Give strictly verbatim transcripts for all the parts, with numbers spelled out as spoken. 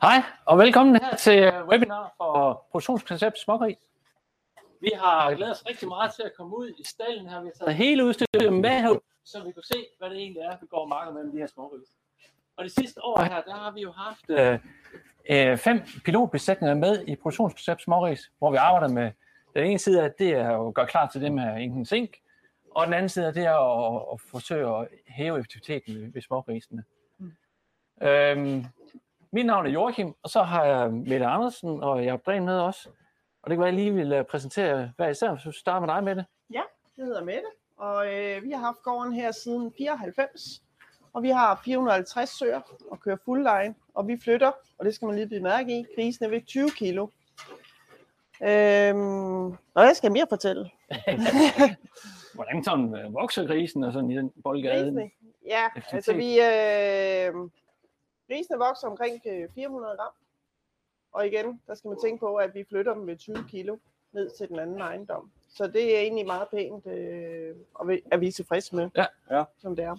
Hej og velkommen her til webinar for produktionskoncept smågris. Vi har glædet os rigtig meget til at komme ud i stallen her. Vi har taget hele udstyret med her, så vi kan se, hvad det egentlig er, vi går og marker mellem de her smågris. Og det sidste år her, der har vi jo haft øh, øh, fem pilotbesætninger med i produktionskoncept smågris, hvor vi arbejder med den ene side af, det er at gøre klar til det med ingen zink, og den anden side af, det er at, at forsøge at hæve effektiviteten ved, ved smågrisene. Mm. Øhm, Mit navn er Joachim, og så har jeg Mette Andersen og Jacob Drehn med også. Og det kan være, jeg lige vil præsentere hver især, så starter med dig, Mette. Ja, jeg hedder Mette, og øh, vi har haft gården her siden fireoghalvfems. Og vi har fire hundrede og halvtreds søer og kører full line, og vi flytter, og det skal man lige blive mærke i, grisene vægt tyve kilo. Øhm, og jeg skal mere fortælle. Hvordan sådan øh, vokser grisen og sådan i den boldgade? Ja, altså vi... Øh, Grisene vokser omkring fire hundrede gram, og igen, der skal man tænke på, at vi flytter dem med tyve kilo ned til den anden ejendom. Så det er egentlig meget pænt, øh, at vi er tilfredse med, ja. Ja. Som det er.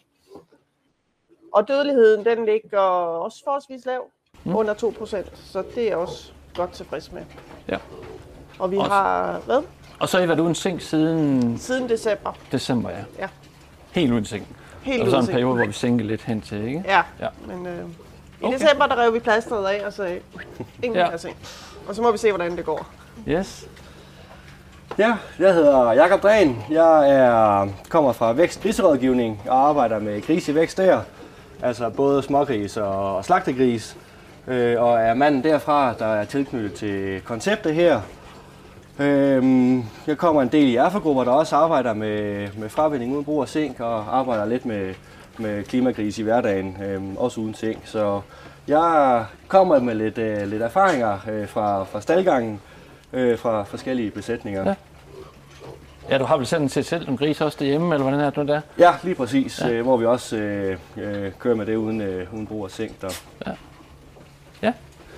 Og dødeligheden, den ligger også forholdsvis lav, mm. under to procent, så det er også godt tilfreds med. Ja. Og vi også. har, hvad? Og så har I været uden zink siden... Siden december. December, ja. Ja. Helt uden zink. Helt og så en periode, hvor vi sænker lidt hen til, ikke? Ja, ja. men... Øh, I okay. december, der rev vi plasteret af, og så ingen ja. Ting. Og så må vi se, hvordan det går. Yes. Ja, jeg hedder Jacob Drehn. Jeg er, kommer fra Vækst Griserådgivning og arbejder med gris i vækst der. Altså både smågris og slagtegris. Øh, og er manden derfra, der er tilknyttet til konceptet her. Øh, jeg kommer en del i erfagrupper, der også arbejder med, med fravinding uden brug af zink og arbejder lidt med med klimagris i hverdagen, øh, også uden zink. Så jeg kommer med lidt, øh, lidt erfaringer øh, fra, fra staldgangen, øh, fra forskellige besætninger. Ja. Ja, du har vel sendt til selv en gris også derhjemme, eller hvordan er det nu der? Ja, lige præcis, ja. øh, hvor vi også øh, øh, kører med det uden, øh, uden brug af zink. Der. Ja. Ja.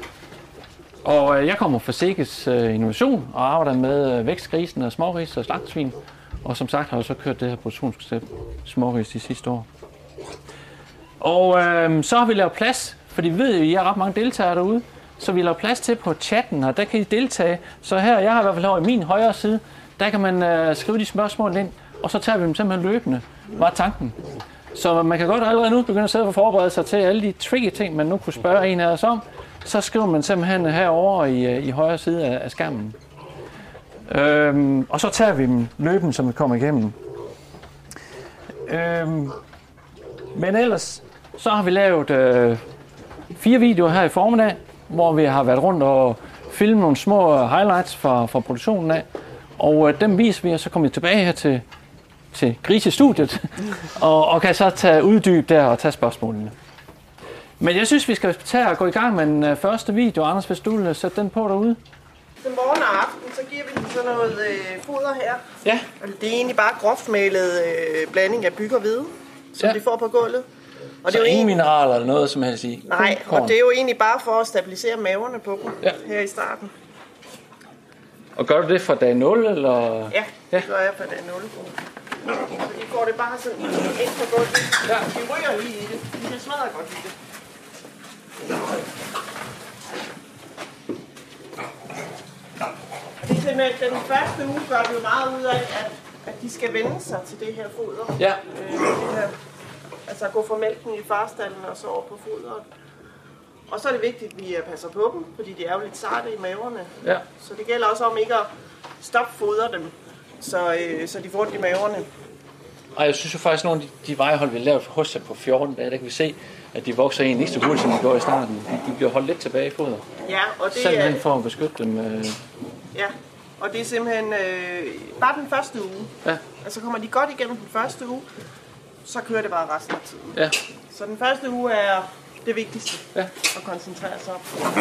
Og øh, jeg kommer fra Seges øh, Innovation og arbejder med øh, vækstgrisen og smågris og slagtesvin. Og som sagt har jeg så kørt det her produktionskoncept smågris de sidste år. Og øh, så har vi lavet plads, for vi ved jo, at I har ret mange deltagere derude, så vi laver plads til på chatten, og der kan I deltage. Så her, jeg har i hvert fald over i min højre side, der kan man øh, skrive de spørgsmål ind, og så tager vi dem simpelthen løbende, var tanken. Så man kan godt allerede nu begynde at sidde og forberede sig til alle de tricky ting, man nu kunne spørge en af os om. Så skriver man simpelthen herovre i, i højre side af, af skærmen. Øhm, og så tager vi dem løbende, som vi kommer igennem. Øhm, men ellers, så har vi lavet øh, fire videoer her i formiddag, hvor vi har været rundt og filmet nogle små highlights fra, fra produktionen af. Og øh, dem viser vi, og så kommer vi tilbage her til, til grisestudiet, og, og kan så tage uddyb der og tage spørgsmålene. Men jeg synes, vi skal tage og gå i gang med den øh, første video. Anders, hvis du vil sætte den på derude. Så morgen og aften, så giver vi dem sådan noget øh, foder her. Ja. Og det er egentlig bare groftmælet øh, blanding af byg og hvide, som ja. De får på gulvet. Og så det er jo ingen egentlig... mineraler eller noget, som helst i? Nej, og det er jo egentlig bare for at stabilisere maverne på dem ja. Her i starten. Og gør du det fra dag nul, eller? Ja, det gør jeg fra dag nul. Så de får det bare sådan ind på gulvet. Ja. De ryger lige i det. De kan smadre godt i det. Og det er simpelthen, den første uge gør vi jo meget ud af, at, at de skal vende sig til det her foder. Ja. Øh, det her, altså gå fra mælken i farstallen og så over på foderet. Og så er det vigtigt, at vi passer på dem, fordi de er jo lidt sarte i maverne. Ja. Så det gælder også om ikke at stoppe fodre dem, så, øh, så de får ondt i maverne. Og jeg synes jo faktisk, at nogle af de, de vejehold, vi lavede hos jer på fjorten dage, der kan vi se, at de vokser egentlig ikke så hurtigt, som de gjorde i starten. De bliver holdt lidt tilbage i fodret. Ja, og det simpelthen er... for at beskytte dem. Øh... Ja, og det er simpelthen øh, bare den første uge. Ja. Altså kommer de godt igennem den første uge, så kører det bare resten af tiden. Ja. Så den første uge er det vigtigste ja. At koncentrere sig om.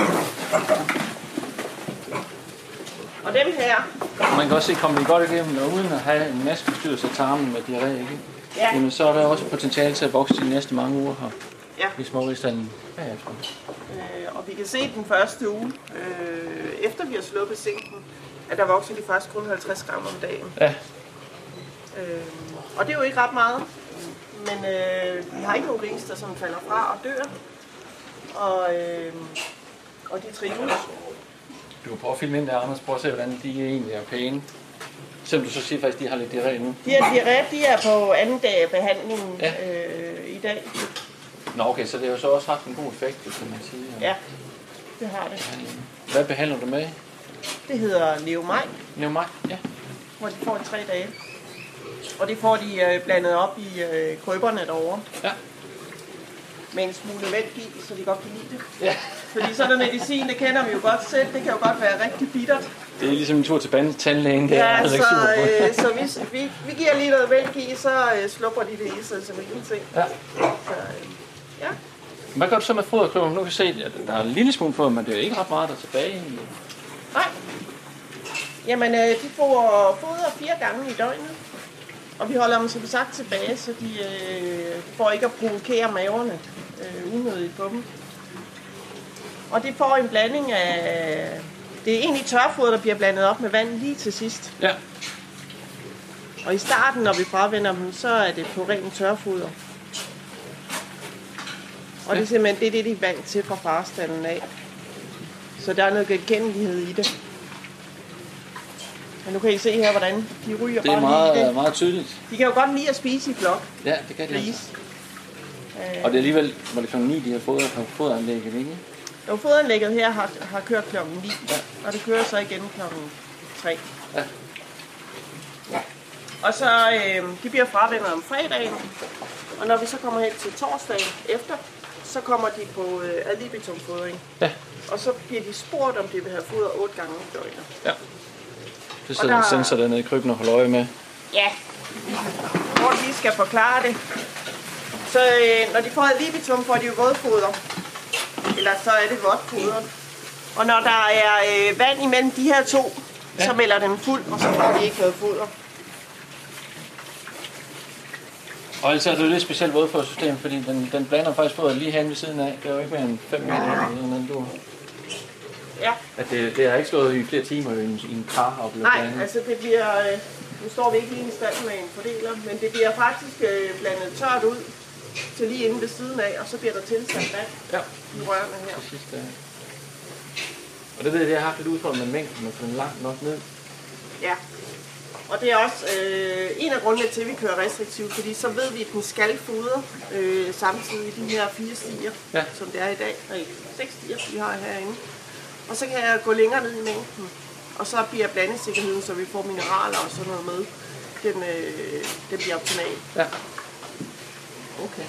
Og dem her... Man kan også se, kommer de godt igennem, og uden at have en masse forstyrrelse af tarmen med diarré, ikke? Ja. Jamen, så er der også potentiale til at vokse de næste mange uger her. Ja. I smågristallen. Ja, jeg tror. Øh, og vi kan se den første uge, øh, efter vi har sluppet zinken, at der vokser de faktisk kun halvtreds gram om dagen. Ja. Øh, og det er jo ikke ret meget, men øh, vi har ikke nogen gris, der sådan falder fra og dør. Og øh, og de trives. Du kan prøve at filme ind der, Anders. Prøv at se, hvordan de egentlig er pæne. Selvom du så siger faktisk, at de har lidt diarré nu. De har diarré, de er på anden dag af behandlingen ja. øh, i dag. Nå okay, så det har jo så også haft en god effekt, kan man sige. Ja, det har det. Hvad behandler du med? Det hedder Neomaj. Neomaj, ja. Hvor de får i tre dage. Og det får de øh, blandet op i øh, krøberne derovre. Ja. Med en smule mælk i, så de godt kan lide det. Ja. Fordi sådan noget medicin, det kender vi jo godt selv. Det kan jo godt være rigtig bittert. Det er ligesom en tur til tandlægen. Det ja, er så, øh, så hvis vi, vi giver lige noget mælk i, så øh, slupper de det i sig som ingenting. Ja. Så, øh, ja. Hvad gør du så med foderkløveren? Nu kan se, at der er en lille smule foder, men det er ikke ret meget der er tilbage. Nej. Jamen, øh, de får foder fire gange i døgnet. Og vi holder dem som sagt tilbage, så de øh, får ikke at provokere maverne øh, unødigt på dem. Og de får en blanding af... Det er egentlig tørfoder, der bliver blandet op med vand lige til sidst. Ja. Og i starten, når vi fravender dem, så er det på ren tørfoder. Og det er simpelthen det, er det de er vant til fra farstanden af. Så der er noget genkendelighed i det. Men nu kan I se her, hvordan de ryger det er bare meget, lige det. meget tydeligt. De kan jo godt lide at spise i flok. Ja, det kan de Gris. altså. Og det er alligevel, var det klokken ni, de har fået på foderanlægget, ikke? Jo, foderanlægget her har, har kørt klokken ni, ja. Og det kører så igen klokken tre. Ja. Og så øh, de bliver fravendet om fredagen, og når vi så kommer hen til torsdagen efter, så kommer de på øh, ad libitum-fodring. Ja. Og så bliver de spurgt, om de vil have foder otte gange i døgnet. Ja. Det sidder der... en sensor dernede i krybben og holder øje med. Ja. Hvor de skal forklare det. Så øh, når de får ad libitum, får de jo vådfoder. Eller så er det vådt foder. Og når der er øh, vand imellem de her to, ja. Så melder den fuld, og så får de ikke noget foder. Og ellers er det jo lidt specielt vådfodersystem, fordi den, den blander faktisk foder lige hen ved siden af. Det er jo ikke mere end fem meter eller noget, du. Ja. At det, det har ikke stået i flere timer i en, i en kar og blevet Nej, blandet. altså det bliver... Øh, nu står vi ikke lige i en stand med en fordeler, men det bliver faktisk øh, blandet tørt ud til lige inde ved siden af, og så bliver der tilsat vand ja. i rørene her. Til sidst, ja. Og det ved jeg, det har haft lidt udfordring med mængden, men få den langt nok ned. Ja, og det er også øh, en af grundene til, at vi kører restriktivt, fordi så ved vi, at den skal fodre øh, samtidig de her fire stier, ja. Som det er i dag. Nej, seks stier, vi har herinde. Og så kan jeg gå længere ned i mængden, og så bliver blandesikkerheden, så vi får mineraler og sådan noget med. Den, øh, den bliver optimal. Ja. Okay.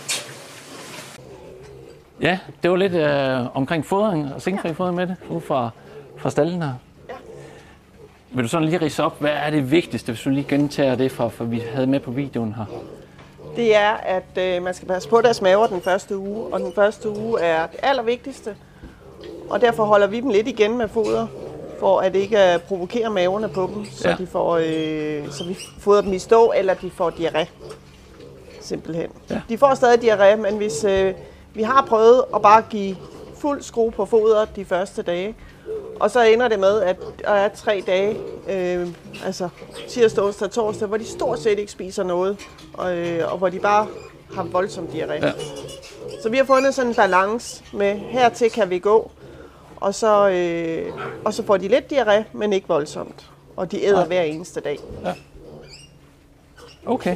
Ja, det var lidt øh, omkring fodring og zinkfri fodring med det, ude fra, fra stallen her. Ja. Vil du sådan lige ridse op, hvad er det vigtigste, hvis du lige gentager det fra, for vi havde med på videoen her? Det er, at øh, man skal passe på deres maver den første uge, og den første uge er det allervigtigste. Og derfor holder vi dem lidt igen med foder, for at ikke provokere maverne på dem, så, ja. de får, øh, så vi fodrer dem i stå, eller de får diarré. Simpelthen. Ja. De får stadig diarré, men hvis øh, vi har prøvet at bare give fuld skrue på fodret de første dage, og så ender det med, at der er tre dage, øh, altså tirsdag, onsdag, torsdag, hvor de stort set ikke spiser noget, og, øh, og hvor de bare har voldsom diarré. Ja. Så vi har fundet sådan en balance med, hertil kan vi gå, og så, øh, og så får de lidt diarré, men ikke voldsomt. Og de æder ja. hver eneste dag. Ja. Okay.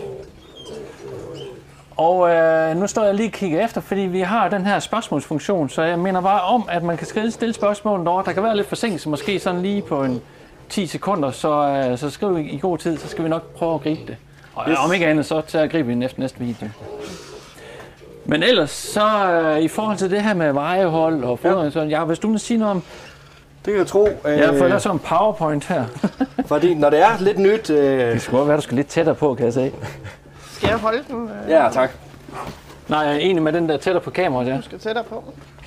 Og øh, nu står jeg lige og kigger efter, fordi vi har den her spørgsmålsfunktion, så jeg mener bare om, at man kan skrive stille spørgsmål derovre. Der kan være lidt forsinkelse, måske sådan lige på en ti sekunder, så, øh, så skriv i, i god tid, så skal vi nok prøve at gribe det. Og yes. om ikke andet, så tager jeg gribe vi næste, næste video. Men ellers, så øh, i forhold til det her med vejehold og fodring, ja. Så ja, hvis du vil sige noget om... Det kan jeg tro. Øh, jeg får så en powerpoint her. Fordi når det er lidt nyt... Øh... Det skulle være, du skal lidt tættere på, kan jeg sige. Skal jeg holde den? Øh... Ja, tak. Nej, jeg er enig med den der tættere på kameraet, ja. Du skal tættere på.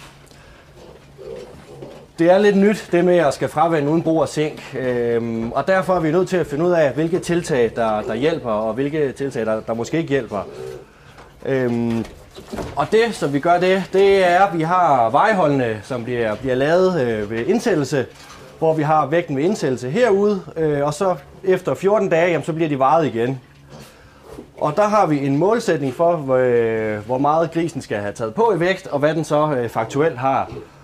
Det er lidt nyt, det med at skal fravende uden brug af zink. Øhm, og derfor er vi nødt til at finde ud af, hvilke tiltag, der, der hjælper, og hvilke tiltag, der, der måske ikke hjælper. Øhm, og det, som vi gør det, det er, at vi har vejholdene, som bliver, bliver lavet øh, ved indsættelse, hvor vi har vægten ved indsættelse herude, øh, og så efter fjorten dage, jamen, så bliver de vejet igen. Og der har vi en målsætning for, hvor meget grisen skal have taget på i vægt, og hvad den så faktuelt har.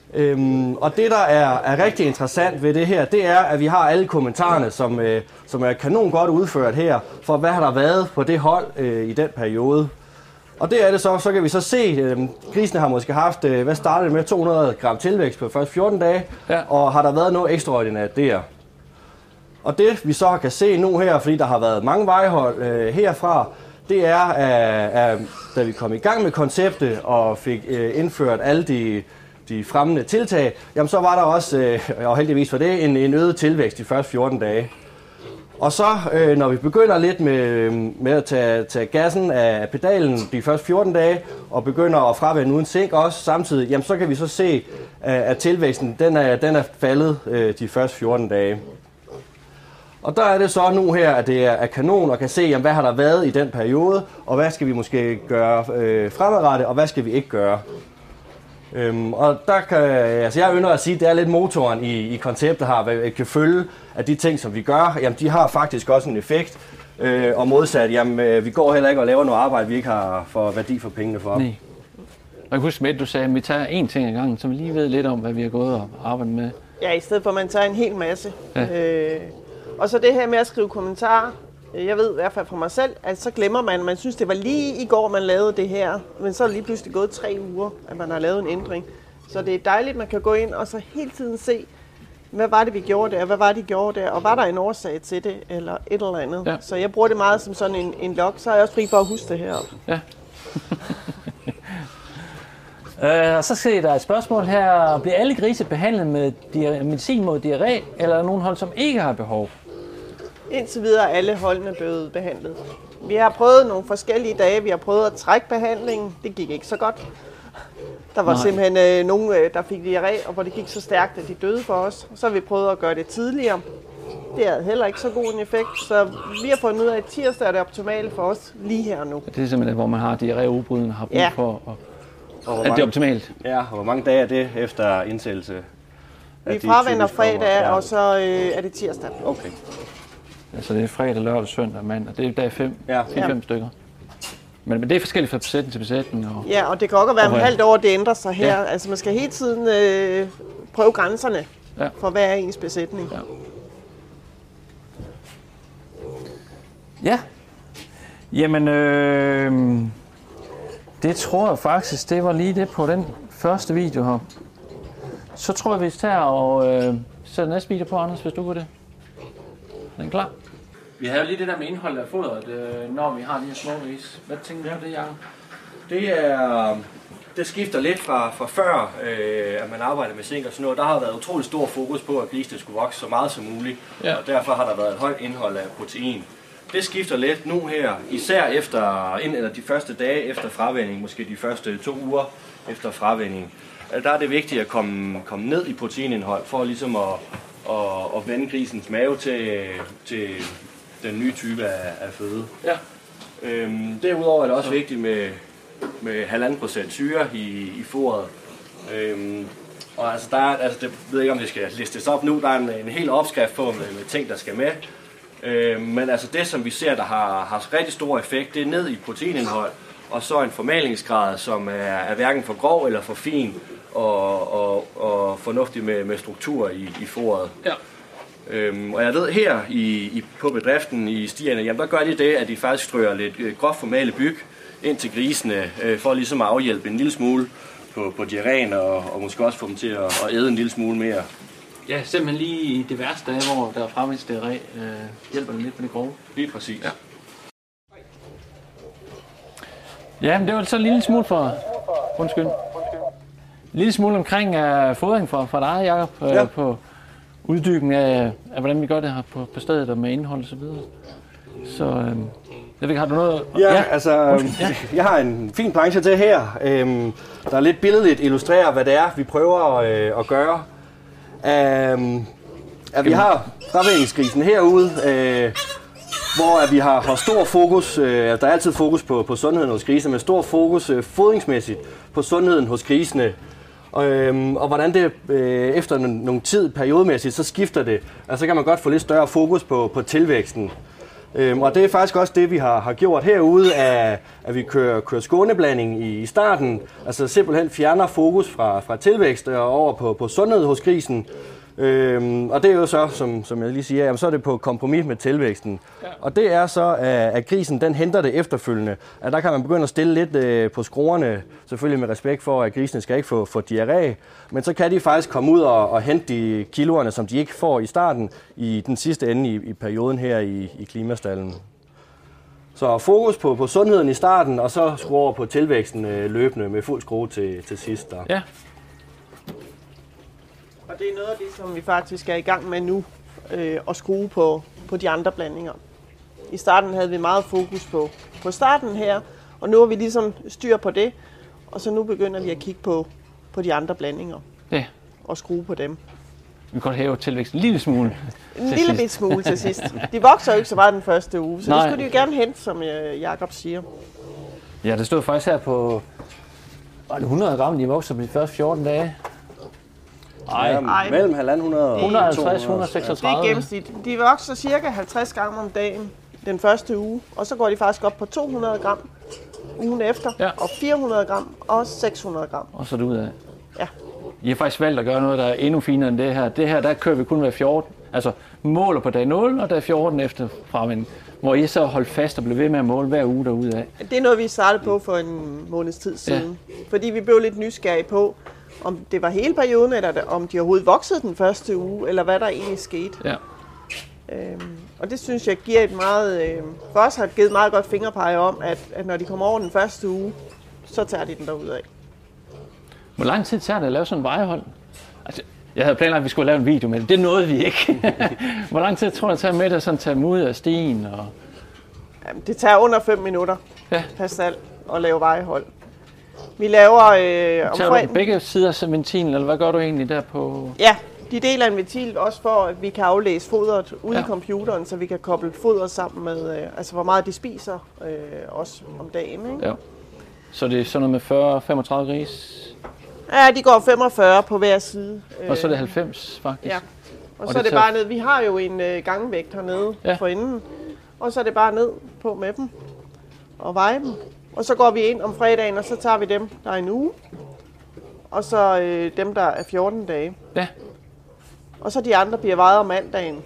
Øhm, og det, der er, er rigtig interessant ved det her, det er, at vi har alle kommentarerne, som, øh, som er kanon godt udført her, for hvad har der været på det hold øh, i den periode. Og det er det så, så kan vi så se, øh, grisene har måske haft, øh, hvad startede det med, to hundrede gram tilvækst på første fjorten dage, ja. Og har der været noget ekstraordinært der. Og det vi så kan se nu her, fordi der har været mange vejhold øh, herfra, det er, at, at da vi kom i gang med konceptet og fik øh, indført alle de, de fremmende tiltag, jamen så var der også, øh, og heldigvis for det, en, en øget tilvækst de første fjorten dage. Og så, øh, når vi begynder lidt med, med at tage, tage gassen af pedalen de første fjorten dage, og begynder at fravende uden zink også samtidig, jamen så kan vi så se, at tilvæksten den er, den er faldet øh, de første fjorten dage. Og der er det så nu her, at det er kanon og kan se, jamen, hvad har der været i den periode, og hvad skal vi måske gøre øh, fremadrettet, og hvad skal vi ikke gøre. Øhm, og der kan, altså jeg ynder at sige, at det er lidt motoren i, i konceptet her, hvad vi kan følge, at de ting, som vi gør, jamen, de har faktisk også en effekt. Øh, og modsat, jamen, øh, vi går heller ikke og laver noget arbejde, vi ikke har for værdi for pengene for. Nej. Og jeg husker med, at du sagde, at vi tager én ting ad gangen, så vi lige ved lidt om, hvad vi har gået og arbejdet med. Ja, i stedet for at man tager en hel masse. Ja. Øh, og så det her med at skrive kommentarer. Jeg ved i hvert fald fra mig selv, at så glemmer man, man synes, det var lige i går, man lavede det her. Men så er det lige pludselig gået tre uger, at man har lavet en ændring. Så det er dejligt, man kan gå ind og så hele tiden se, hvad var det, vi gjorde der, hvad var det, de gjorde der, og var der en årsag til det, eller et eller andet. Ja. Så jeg bruger det meget som sådan en, en log, så er jeg også fri for at huske det heroppe. Ja. øh, og så ser der et spørgsmål her. Bliver alle grise behandlet med medicin mod diarré, eller er der nogen hold, som ikke har behov? Indtil videre er alle holdene blevet behandlet. Vi har prøvet nogle forskellige dage. Vi har prøvet at trække behandlingen. Det gik ikke så godt. Der var Nej. simpelthen øh, nogen, øh, der fik diarré, og hvor det gik så stærkt, at de døde for os. Så har vi prøvet at gøre det tidligere. Det havde heller ikke så god en effekt, så vi har fundet ud af, at tirsdag er det optimale for os lige her nu. Det er simpelthen, hvor man har diarréudbrudene har brug ja. for, og, og at det er optimalt. Ja, og hvor mange dage er det efter indsættelse? Vi fravender fredag, ja. Og så øh, er det tirsdag. Okay. Altså det er fredag, lørdag, søndag, mandag. Det er dag fem, ja. fire, fem stykker. Men, men det er forskelligt fra besætning til besætning. Og, ja, og det kan også være om halvt år, det ændrer sig her. Ja. Altså man skal hele tiden øh, prøve grænserne ja. for hver ens besætning. Ja. Ja. Jamen, øh, det tror jeg faktisk, det var lige det på den første video her. Så tror jeg, vi tager og øh, sætter næste video på, Anders, hvis du kunne det. Er den klar? Vi har jo lige det der med indholdet af fodret, øh, når vi har de her små ris. Hvad tænker du på det, Jacob? Det er... Det skifter lidt fra, fra før, øh, at man arbejder med zink og sådan noget. Der har været utrolig stor fokus på, at grisene skulle vokse så meget som muligt. Ja. Og derfor har der været et højt indhold af protein. Det skifter lidt nu her, især efter, eller de første dage efter fravænning, måske de første to uger efter fravænning. Der er det vigtigt at komme, komme ned i proteinindhold, for ligesom at, at, at vende grisens mave til, til den nye type af, af føde. Ja. Øhm, derudover er det også vigtigt med, med halvanden procent syre i, i fodret. Øhm, og altså, der er, altså, det ved jeg ikke, om det skal listes op nu. Der er en, en hel opskrift på med, med ting, der skal med. Øhm, men altså det, som vi ser, der har, har rigtig stor effekt, det er ned i proteinindhold. Og så en formalingsgrad, som er, er hverken for grov eller for fin og, og, og fornuftig med, med struktur i, i fodret. Ja. Øhm, og jeg ved her i, i, på bedriften i stierne, jamen der gør de det, at de faktisk strøger lidt øh, groft formale byg ind til grisene, øh, for ligesom at afhjælpe en lille smule på, på diarréen, og, og måske også få dem til at, at æde en lille smule mere. Ja, simpelthen lige i det værste dage, hvor der er fremvist diarré, øh, hjælper det lidt med det grove. Lige præcis. Ja. Ja, men det var så en lille smule for... Undskyld. En lille smule omkring uh, fodring fra, fra dig, Jacob, uh, ja. På uddybning af, af, hvordan vi gør det her på, på stedet og med indhold og så videre. Så uh, jeg ved ikke, har du noget... Ja, ja. altså, ja. Jeg har en fin planche til her, um, der lidt billedligt illustrerer, hvad det er, vi prøver uh, at gøre. Um, at vi har fravænningsgrisen herude, uh, hvor at vi har, har stor fokus, øh, der er altid fokus på, på sundheden hos grisene, men stor fokus øh, fodringsmæssigt på sundheden hos grisene. Og, øhm, og hvordan det øh, efter nogle, nogle tid periodemæssigt, så skifter det. Altså så kan man godt få lidt større fokus på, på tilvæksten. Øhm, og det er faktisk også det, vi har, har gjort herude, at, at vi kører, kører skåneblanding i, i starten. Altså simpelthen fjerner fokus fra, fra tilvækst og over på, på sundhed hos grisen. Øhm, og det er jo så, som, som jeg lige siger, jamen, så er det på kompromis med tilvæksten. Ja. Og det er så, at, at grisen den henter det efterfølgende. At der kan man begynde at stille lidt øh, på skruerne, selvfølgelig med respekt for, at grisene skal ikke få, få diarré. Men så kan de faktisk komme ud og, og hente de kiloerne, som de ikke får i starten, i den sidste ende i, i perioden her i, i klimastallen. Så fokus på, på sundheden i starten, og så skrue over på tilvæksten øh, løbende med fuld skrue til, til sidst. Der. Ja. Og det er noget af det, som vi faktisk er i gang med nu, øh, at skrue på, på de andre blandinger. I starten havde vi meget fokus på, på starten her, og nu har vi ligesom styr på det, og så nu begynder vi at kigge på, på de andre blandinger. Ja. Og skrue på dem. Vi kan godt hæve tilvæksten en lille smule. En lille bit smule til sidst. De vokser jo ikke så meget den første uge, så Nej. det skulle de jo gerne hente, som Jakob siger. Ja, det stod faktisk her på var det hundrede gram, de vokser på de første fjorten dage. Ej, ja, mellem halvanden hundrede og et hundrede og halvtreds til et hundrede og seksogtredive. Det er gennemsnit. De vokser cirka halvtreds gange om dagen den første uge, og så går de faktisk op på to hundrede gram ugen efter, ja. Og fire hundrede gram og seks hundrede gram. Og så er det ud af. Ja. I har faktisk valgt at gøre noget, der er endnu finere end det her. Det her, der kører vi kun hver fjorten. Altså måler på dag nul og dag fjorten efter fra, men hvor I så holdt fast og blev ved med at måle hver uge derudad. Det er noget, vi startede på for en måneds tid siden. Ja. Fordi vi blev lidt nysgerrige på, om det var hele perioden, eller om de overhovedet voksede den første uge, eller hvad der egentlig skete. Ja. Øhm, og det synes jeg giver et meget, øh, for os har det givet meget godt fingerpege om, at, at når de kommer over den første uge, så tager de den derudad. Hvor lang tid tager det at lave sådan en vejehold? Altså, jeg havde planlagt, at vi skulle lave en video med det. Det nåede vi ikke. Hvor lang tid tror du, det tager med at sådan tage dem ud af stien? Og... Jamen, det tager under fem minutter ja. per stald at lave vejehold. Vi laver... Øh, tager du begge sider af ventilen, eller hvad gør du egentlig der på... Ja, de deler en ventil også for, at vi kan aflæse fodret ude ja. i computeren, så vi kan koble fodret sammen med, øh, altså hvor meget de spiser, øh, også om dagen. Ikke? Ja. Så det er sådan noget med fyrre til femogtredive gris? Ja, de går femogfyrre på hver side. Og så er det halvfems faktisk? Ja, og, og så det er det tager... bare ned. Vi har jo en øh, gangvægt hernede ja. for enden, og så er det bare ned på med dem og veje dem. Og så går vi ind om fredagen, og så tager vi dem, der er en uge, og så øh, dem, der er fjorten dage. Ja. Og så de andre bliver vejet om mandagen,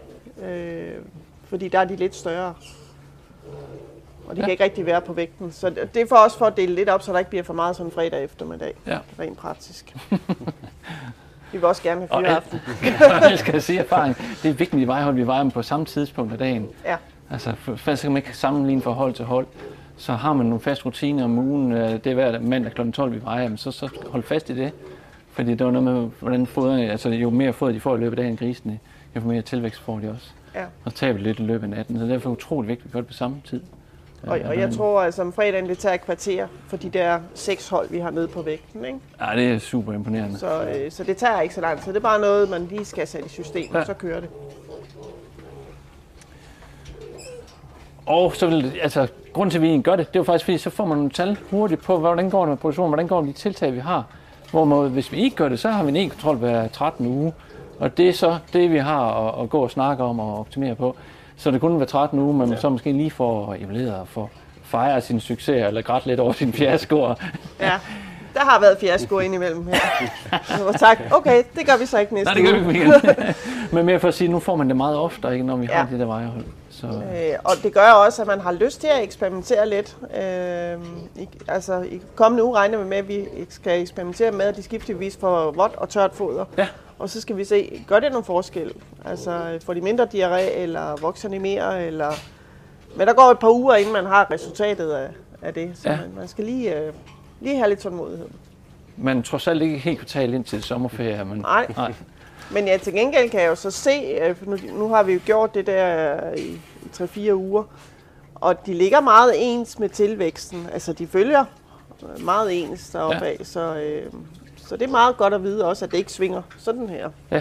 øh, fordi der er de lidt større. Og de ja. kan ikke rigtig være på vægten. Så det er for os for at dele lidt op, så der ikke bliver for meget sådan en fredag eftermiddag. Ja. Rent praktisk. Vi vil også gerne have fyreaften. Jeg skal sige erfaring. Det er vigtigt, at vi vejer, vi vejer dem på samme tidspunkt af dagen. Ja. Altså, for så kan man ikke sammenligne fra hold til hold. Så har man nogle fast rutiner om ugen, det er hver mandag klokken tolv, vi vejer dem, så, så hold fast i det. Fordi det var noget med, hvordan foder, altså jo mere foder de får i løbet af dagen grisene, jo mere tilvækst får de også. Ja. Og så taber de lidt i løbet af natten, så det er derfor utroligt vigtigt, at vi gør det på samme tid. Og, og jeg tror, at altså, om fredagen det tager et kvarter for de der seks hold, vi har nede på vægten, ikke? Ja, det er super imponerende. Så, øh, så det tager ikke så lang tid. Det er bare noget, man lige skal sætte i systemet, ja. så kører det. Og så vil altså, grunden til, at vi egentlig gør det, det er jo faktisk, fordi så får man nogle tal hurtigt på, hvordan går det med produktionen, hvordan går det med de tiltag, vi har. Hvor man, hvis vi ikke gør det, så har vi en e-kontrol hver trettende uge. Og det er så det, vi har at, at gå og snakke om og optimere på. Så det kun hver trettende uge, men ja. så måske lige får evalueret og får fejret sin succes, eller grædt lidt over sine fiaskoer. Ja, der har været fiaskoer indimellem her. Så tak, okay, det gør vi så ikke næste uge. Nej, det gør vi ikke. Men mere for at sige, nu får man det meget oftere, ikke, når vi ja. har det der vejehold. Så. Øh, og det gør også, at man har lyst til at eksperimentere lidt. Øh, i, altså i kommende uge regner vi med, at vi skal eksperimentere med, at de skiftevis får vådt og tørt foder. Ja. Og så skal vi se, gør det nogen forskel? Altså får de mindre diarré, eller vokser de mere? Eller... Men der går et par uger, inden man har resultatet af, af det. Så ja. man, man skal lige, øh, lige have lidt tålmodighed. Man trods alt ikke helt kan tale ind til sommerferie. Men... Nej. Nej. Men ja, til gengæld kan jeg jo så se, nu, nu har vi jo gjort det der i, i tre fire uger, og de ligger meget ens med tilvæksten. Altså de følger meget ens deroppe af, ja. så, øh, så det er meget godt at vide også, at det ikke svinger sådan her. Ja.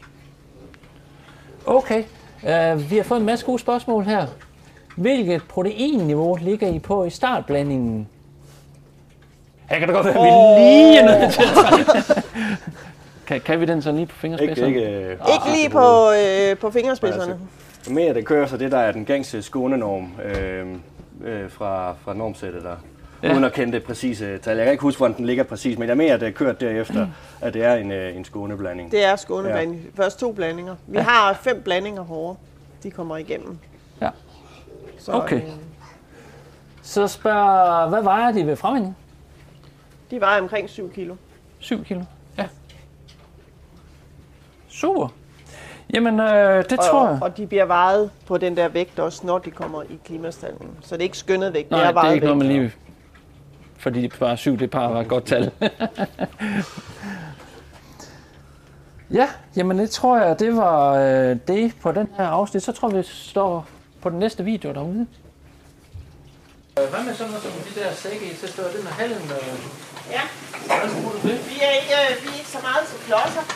Okay, uh, vi har fået en masse gode spørgsmål her. Hvilket proteinniveau ligger I på i startblandingen? Jeg kan da godt være, at vi lige er nødt til at Kan, kan vi den så lige på fingerspidserne? Ikke, ikke, øh, ikke lige på, øh, på fingerspidserne. Jeg mener, det kører så det, der er den gængse skånenorm øh, øh, fra, fra normsættet der. Ja. Uden at kende det præcise tal. Jeg kan ikke huske, hvor den ligger præcis, men jeg mener, at det er kørt derefter, at det er en, en skåneblanding. Det er skåneblanding. Ja. Først to blandinger. Vi ja. har fem blandinger hårde. De kommer igennem. Ja. Så, okay. Øh, så spørg, hvad vejer de ved fremvinding? De vejer omkring syv kilo. syv kilo, ja. Super. Jamen, øh, det og, tror jeg. Og de bliver vejet på den der vægt også, når de kommer i klimastallen. Så det er ikke skønnet vægt, Nej, det er vejet det er ikke vægt. noget, man lige... Fordi bare syv, det bare var et godt tal. Ja, jamen det tror jeg, det var øh, det på den her afsnit. Så tror vi, vi står på den næste video derude. Hvad med sådan noget som de der sække i, så står det med hallen? Øh... Ja, Hvordan tror du det? vi er ikke, vi er ikke så meget til klodser.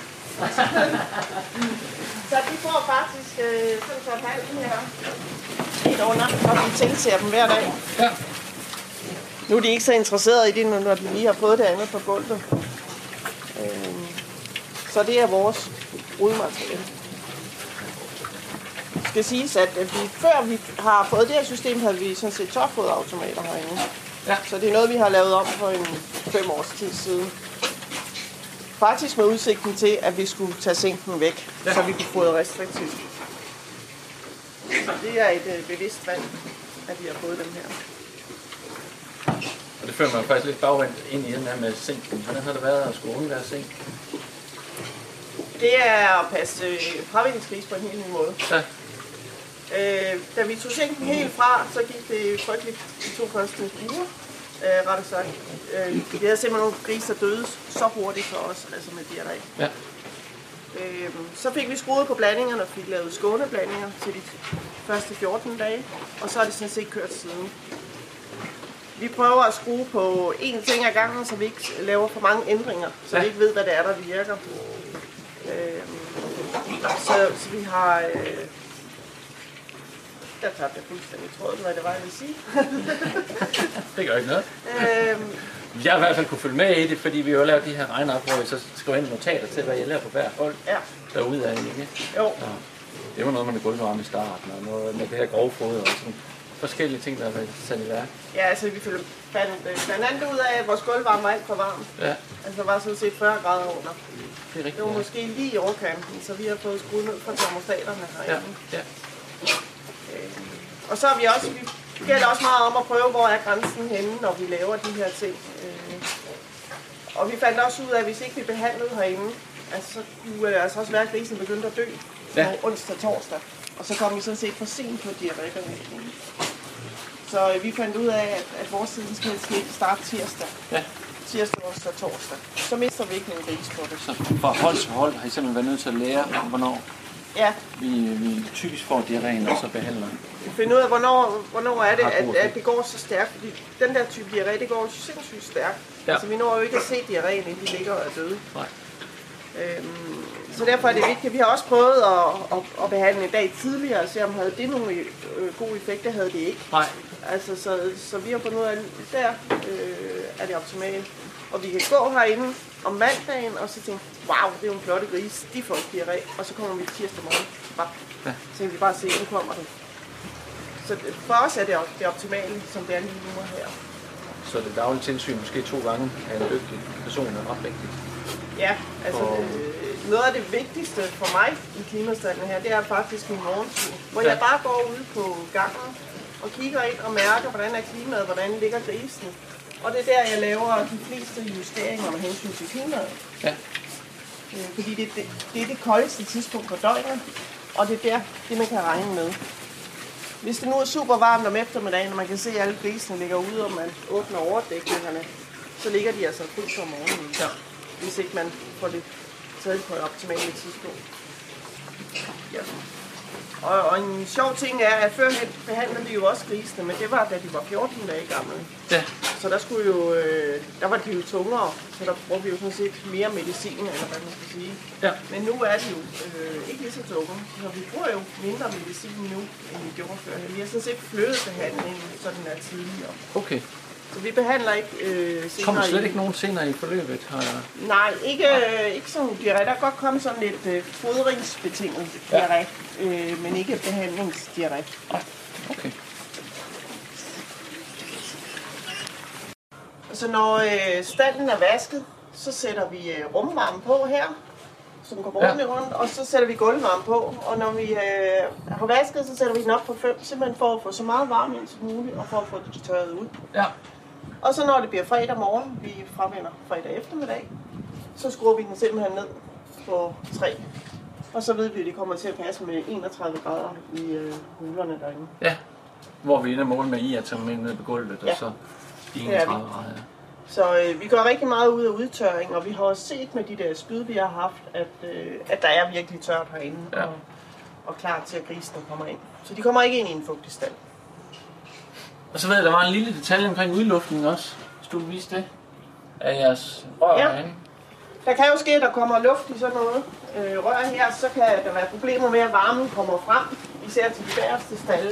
Så de får faktisk øh, sådan så halven her helt under, og vi tilser dem hver dag. Ja. Nu er de ikke så interesserede i det, når de lige har fået det andet på gulvet. Øh, så det er vores rodemateriale. Det skal siges, at vi, før vi har fået det her system, havde vi sådan set tørfoderautomater herinde. Ja. Så det er noget, vi har lavet om for en fem års tid siden. Faktisk med udsigten til, at vi skulle tage sænken væk, ja. Så vi kunne fodre restriktivt. Så det er et øh, bevidst valg, at vi har fået dem her. Og det fører mig faktisk lidt bagvendt ind i den her med sænken. Hvordan har det været at skulle undvære sænken? Det er at passe øh, fravindingsgris på en helt ny måde. Ja. Øh, da vi tog sænken helt fra, så gik det frygteligt de to første uger. Øh, ret sagt. Øh, vi havde simpelthen nogle grise, der døde så hurtigt for os, altså med diarré. Ja. Øh, så fik vi skruet på blandingerne og fik lavet skåneblandinger til de første fjorten dage, og så er det sådan set kørt siden. Vi prøver at skrue på én ting ad gangen, så vi ikke laver for mange ændringer, så ja. Vi ikke ved, hvad det er, der virker. Øh, så, så vi har... Øh, Der tabte jeg fuldstændig tråden, hvad det var, jeg ville sige. Det gør ikke noget. øhm, Jeg har i hvert fald kunne følge med i det, fordi vi jo har lavet de her regner, hvor vi så skriver ind notater til, hvad jeg lærer på hver hold ja. derude af, ikke? Jo. Ja. Det var noget med det gulvvarme i starten, og noget med det her grove foder og sådan forskellige ting, der har været sat i værk. Ja, altså vi fandt blandt andet ud af, at vores gulvvarme var alt for varm. Ja. Altså der var sådan set fyrre grader under. Det er rigtigt. Det var ja. måske lige i overkanten, så vi har fået skruet ned fra termostaterne herinde. Ja. Ja. Og så har vi også, vi gælder også meget om at prøve, hvor er grænsen henne, når vi laver de her ting. Og vi fandt også ud af, at hvis ikke vi behandlede herinde, altså, så kunne altså også være, at grisen begyndte at dø ja. På onsdag og torsdag. Og så kom vi sådan set for sent på diarrébehandlingen. Så øh, vi fandt ud af, at, at vores tid skal helst starte tirsdag. Ja. Tirsdag, onsdag og torsdag. Så mister vi ikke nogen gris på det. Så fra hold til hold har I simpelthen været nødt til at lære, hvornår ja. vi, vi typisk får diarréen og så behandler den. Vi finder ud af, hvornår, hvornår er det, at, at det går så stærkt. Fordi den der type diarré, det går jo sindssygt stærkt. Ja. Altså vi når jo ikke at se diarréen, inden de ligger og er døde. Nej. Øhm, så derfor er det vigtigt. Vi har også prøvet at, at, at behandle en dag tidligere og se, om havde det nogle øh, gode effekter, havde det ikke. Nej. Altså, så, så vi har fundet ud af, at der øh, er det optimalt. Og vi kan gå herinde om mandagen og så tænke, wow, det er jo en flotte gris, de får ikke diarré. Og så kommer vi tirsdag morgen. Bare, ja. Så tænker vi bare se, nu kommer det. Så for os er det det optimale, som det er lige nu her. Så det daglige tilsyn måske to gange af en dygtig person er ret vigtigt? Ja, altså og... det, noget af det vigtigste for mig i klimastallen her, det er faktisk min morgentur. Hvor ja. Jeg bare går ud på gangen og kigger ind og mærker, hvordan er klimaet, hvordan ligger grisen. Og det er der, jeg laver de fleste justeringer med hensyn til klimaet. Ja. Fordi det, det, det er det koldeste tidspunkt på døgnet, og det er der, det man kan regne med. Hvis det nu er super varmt om eftermiddagen, og man kan se, at alle grisene ligger ude, og man åbner overdækningerne, så ligger de altså fryser om morgenen. Ja. Hvis ikke man får det taget på et optimalt tidspunkt. Ja. Og, og en sjov ting er, at førhen behandlede vi jo også grisene, men det var, da de var fjorten dage gamle. Ja. Så der skulle jo, øh, der var de jo tungere, så der brugte vi jo sådan set mere medicin, eller hvad man skal sige. Ja. Men nu er de jo øh, ikke lige så tunge, så vi bruger jo mindre medicin nu, end vi gjorde før. Vi har sådan set flyttet behandlingen, så den er tidligere. Okay. Så vi behandler ikke øh, senere. Kommer slet i... ikke nogen senere i forløbet? Har jeg... Nej, ikke, øh, ikke sådan diarré. Der kan godt komme sådan lidt øh, fodringsbetinget diarré, øh, men ikke behandlingsdiarré. Okay. Så når øh, stalden er vasket, så sætter vi øh, rumvarme på her, som går rundt Ja. rundt, og så sætter vi gulvvarme på. Og når vi øh, har vasket, så sætter vi den op på fem, simpelthen for at få så meget varme ind som muligt, og for at få det tørret ud. Ja. Og så når det bliver fredag morgen, vi fravender fredag eftermiddag, så skruer vi den simpelthen ned på tre. Og så ved vi, at det kommer til at passe med enogtredive grader i øh, hulerne derinde. Ja. Hvor vi er inde og måle med i at tage med ned på gulvet, Ja. og så enogtredive grader. Ja. Så øh, vi gør rigtig meget ud af udtørring, og vi har også set med de der spyd, vi har haft, at, øh, at der er virkelig tørt herinde, Ja. og, og klar til at grisene kommer ind. Så de kommer ikke ind i en fugtig stald. Og så ved jeg, der var en lille detalje omkring udluftning også, hvis du vil vise det, af jeres rør Ja. herinde. Der kan jo ske, at der kommer luft i sådan noget øh, rør her, så kan der være problemer med, at varmen kommer frem, især til de bagerste stalle.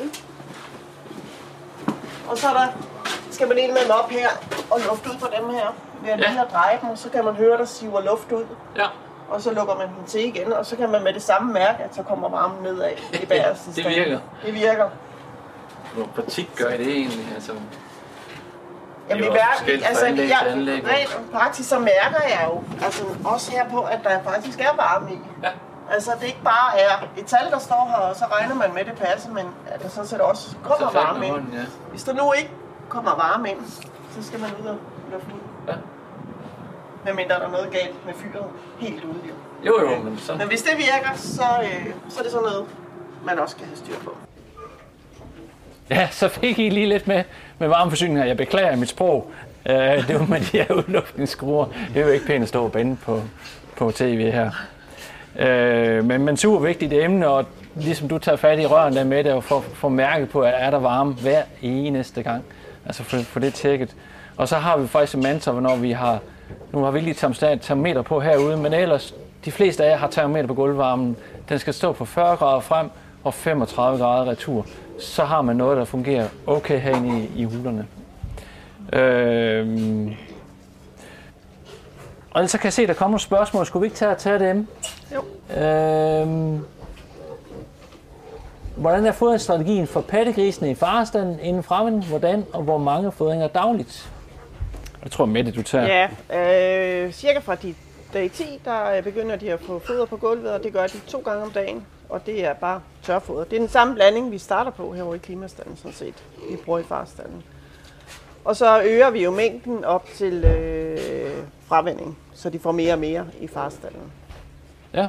Og så er der, skal man ind med dem op her og lufte ud på dem her. Ved at Ja. lige at dreje dem, så kan man høre, der siver luft ud. Ja. Og så lukker man den til igen, og så kan man med det samme mærke, at så kommer varmen nedad i de bagerste Det stalle. virker. Det virker. Hvor partik gør I det egentlig? Altså, Jamen, jo vi også mærker, forskelligt fra altså, anlæg jeg, til anlæg. rent praktisk så mærker jeg jo altså, også her på, at der faktisk er varme i. Ja. Altså, det ikke bare er et tal, der står her, og så regner man med, det passer, men at der sådan set også kommer så fat varme med ind. hånden, ja. Hvis der nu ikke kommer varme ind, så skal man ud og lufte ud. Ja. Medmindre der er noget galt med fyret helt ude. Jo. Jo, jo, men så... Men hvis det virker, så, øh, så er det sådan noget, man også kan have styr på. Ja, så fik I lige lidt med, med varmeforsyning her. Jeg beklager mit sprog. Uh, det var med de her udluftningsskruer. Det er jo ikke pænt at stå og bande på, på tv her. Uh, men, men super vigtigt emne, og ligesom du tager fat i røren der med det, og får, får mærke på, at er der varme hver eneste gang. Altså for, for det tjekket. Og så har vi faktisk en mentor, når vi har... Nu har vi ikke lige termometer på herude, men ellers, de fleste af jer har termometer på gulvvarmen. Den skal stå på fyrre grader frem og femogtredive grader retur. Så har man noget, der fungerer okay herinde i, i hulerne. Øhm. Og ellers så kan jeg se, at der kommer nogle spørgsmål. Skulle vi ikke tage og tage dem? Jo. Øhm. Hvordan er fodringsstrategien for pattegrisene i farestanden inden fremme? Hvordan og hvor mange fodringer dagligt? Jeg tror, Mette, du tager. Ja, øh, cirka fra de dag ti, der begynder de at få foder på gulvet, og det gør de to gange om dagen. Og det er bare tørfoder. Det er den samme blanding, vi starter på her i klimastallen, sådan set. Vi bruger i farestallen. Og så øger vi jo mængden op til øh, fravending, så de får mere og mere i farestallen. Ja.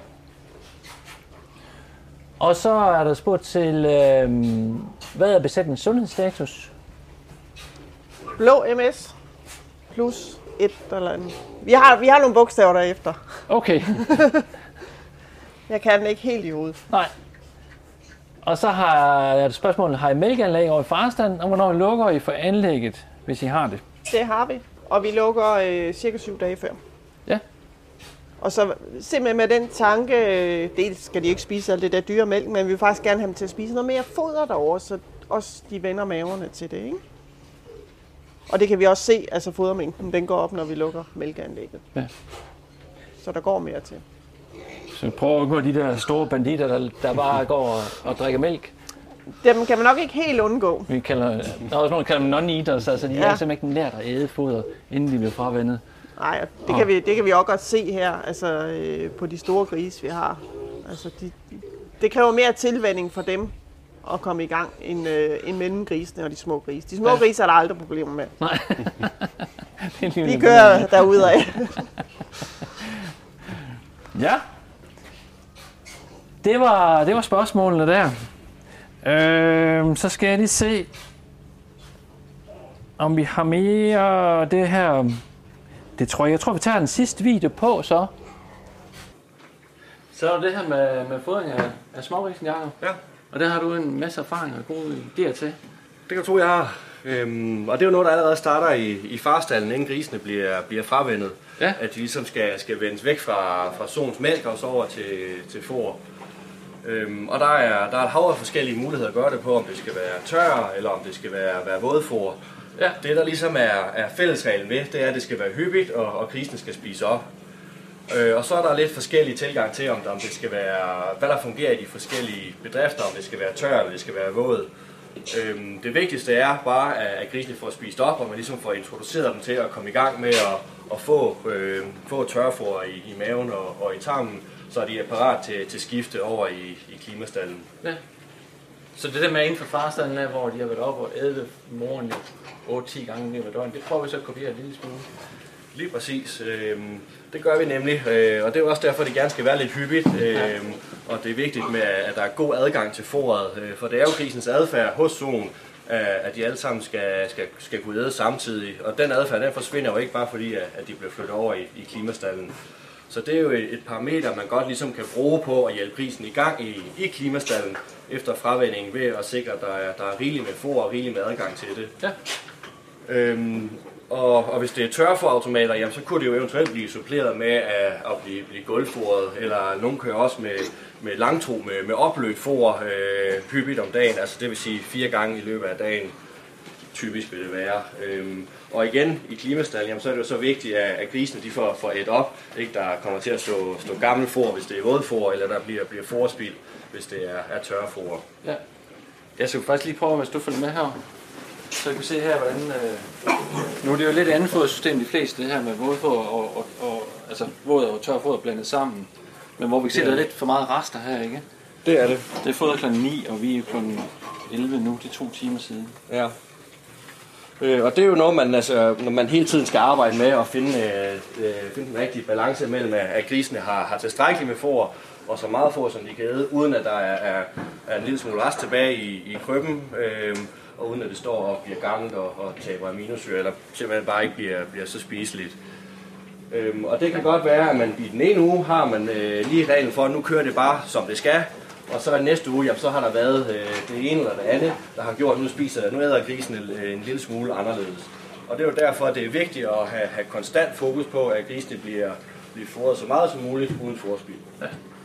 Og så er der spurgt til, øh, hvad er besætningens sundhedsstatus? Blå M S plus et eller andet. Vi har, vi har nogle bogstaver derefter. Okay. Jeg kan den ikke helt i hovedet. Nej. Og så har jeg et spørgsmål, har I mælkeanlæg over i farestanden, og hvornår lukker I for anlægget, hvis I har det? Det har vi, og vi lukker øh, cirka syv dage før. Ja. Og så simpelthen med den tanke, øh, dels skal de ikke spise alt det der dyre mælk, men vi vil faktisk gerne have dem til at spise noget mere foder derovre, så også de vender maverne til det, ikke? Og det kan vi også se, altså fodermængden, den går op, når vi lukker mælkeanlægget. Ja. Så der går mere til. Så prøv at gå de der store banditter, der, der bare går og, og drikker mælk. Dem kan man nok ikke helt undgå. Vi kalder, der er også nogen, der kalder dem non-eaters, altså de ja. Ja. er simpelthen ikke lært at æde foder, inden de bliver fravendet. Nej, det kan, vi, det kan vi også godt se her, altså øh, på de store grise, vi har. Altså, de, det kræver mere tilvænning for dem at komme i gang, end, øh, end mellemgrisene og de små grise. De små Ja. ja. grise er der aldrig problemer med. Nej. Det er De kører derudad. Ja. Det var, det var spørgsmålene der. Øh, så skal jeg lige se, om vi har mere det her. Det tror jeg, jeg tror, vi tager den sidste video på, så. Så er det her med, med fodring af, af smågrisen, Jacob. Ja. Og der har du en masse erfaring og gode idéer til. Det kan du tro, jeg har. Øhm, og det er jo noget, der allerede starter i, i farestallen, inden grisene bliver, bliver fravendet. Ja. At de ligesom skal, skal vendes væk fra, fra sons mælk og så over til, til får. Øhm, og der er, der er et hav af forskellige muligheder at gøre det på, om det skal være tør, eller om det skal være, være vådfor. Ja. Det, der ligesom er, er fællesreglen ved, det er, at det skal være hyppigt, og, og grisene skal spise op. Øh, og så er der lidt forskellige tilgang til, om, om det skal være, hvad der fungerer i de forskellige bedrifter, om det skal være tør eller det skal være våd. Øh, det vigtigste er bare, at, at grisene får spist op, og man ligesom får introduceret dem til at komme i gang med at, at få, øh, få tørfoder i, i maven og, og i tarmen, så de er parat til, til skifte over i, i klimastallen. Ja. Så det der med inden for farstallen, hvor de har været op og æde moren otte til ti gange i løbet af døgnet, det prøver vi så at kopiere en lille smule. Lige præcis. Øh, det gør vi nemlig, øh, og det er også derfor, at det gerne skal være lidt hyppigt. Øh, og det er vigtigt med, at der er god adgang til fodret, øh, for det er jo grisens adfærd hos soen, at de alle sammen skal, skal, skal kunne æde samtidig. Og den adfærd, den forsvinder jo ikke bare fordi, at de bliver flyttet over i, i klimastallen. Så det er jo et, et parameter, man godt ligesom kan bruge på at hjælpe grisen i gang i, i klimastallen efter fravænningen ved at sikre, at der er, der er rigeligt med foder og rigeligt med adgang til det. Ja. Øhm, og, og hvis det er tørfoderautomater, jamen, så kunne det jo eventuelt blive suppleret med at, at blive, blive gulvfodret, eller nogen kører også med, med langtro med, med opløbt foder øh, hyppigt om dagen, altså det vil sige fire gange i løbet af dagen. Typisk vil det være. Øhm, og igen, i klimastallen, jamen, så er det jo så vigtigt, at, at grisene de får, får et op. Ikke? Der kommer til at stå, stå gammel foder, hvis det er vådfoder, eller der bliver, bliver foderspild, hvis det er, er tørfoder. Ja. Jeg skal faktisk lige prøve, hvis du følger med her. Så kan vi se her, hvordan... Øh... Nu er det jo lidt andet fodersystem, de fleste, det her med vådfoder og, og, og, altså våd og tørfoder blandet sammen. Men hvor vi kan se, der er lidt for meget rester her, ikke? Det er det. Det er fodret klokken ni, og vi er klokken elleve nu, det er to timer siden. Ja. Øh, og det er jo noget, man, altså, når man hele tiden skal arbejde med at finde, øh, finde den rigtige balance mellem, at grisene har, har tilstrækkeligt med foder, og så meget foder, som de kan æde, uden at der er, er, er en lille smule rest tilbage i, i krybben, øh, og uden at det står og bliver gammelt og, og taber aminosyre, eller simpelthen bare ikke bliver, bliver så spiseligt. Øhm, og det kan godt være, at man i den ene uge har man øh, lige reglen for, at nu kører det bare som det skal, og så næste uge, jamen, så har der været øh, det ene eller det andet, der har gjort, at nu spiser, nu æder grisen øh, en lille smule anderledes. Og det er jo derfor, at det er vigtigt at have, have konstant fokus på, at grisene bliver, bliver fodret så meget som muligt uden foderspild. Ja.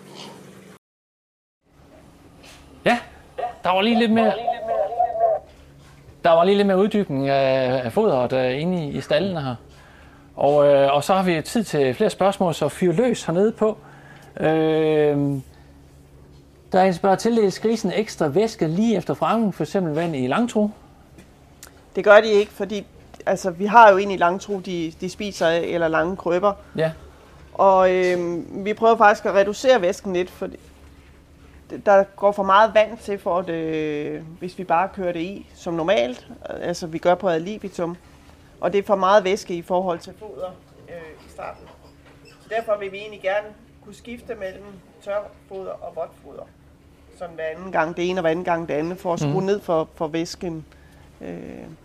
Ja, der var lige lidt mere, der var lige lidt mere uddybning af, af fodret uh, inde i, i stallene her. Og, øh, og så har vi tid til flere spørgsmål, så fyr løs hernede på. Øh, der er en spørger, tildeles grisen ekstra væske lige efter frangen, for eksempel vand i langtro? Det gør de ikke, fordi altså, vi har jo egentlig langtro, de, de spiser eller lange krybber. Ja. Og øh, vi prøver faktisk at reducere væsken lidt, for der går for meget vand til, for at, øh, hvis vi bare kører det i som normalt. Altså vi gør på ad libitum. Og det er for meget væske i forhold til foder øh, i starten. Så derfor vil vi egentlig gerne kunne skifte mellem tørfoder og vådfoder. Sådan hver anden gang det ene og hver anden gang det andet, for at skrue mm. ned for, for væsken. Øh,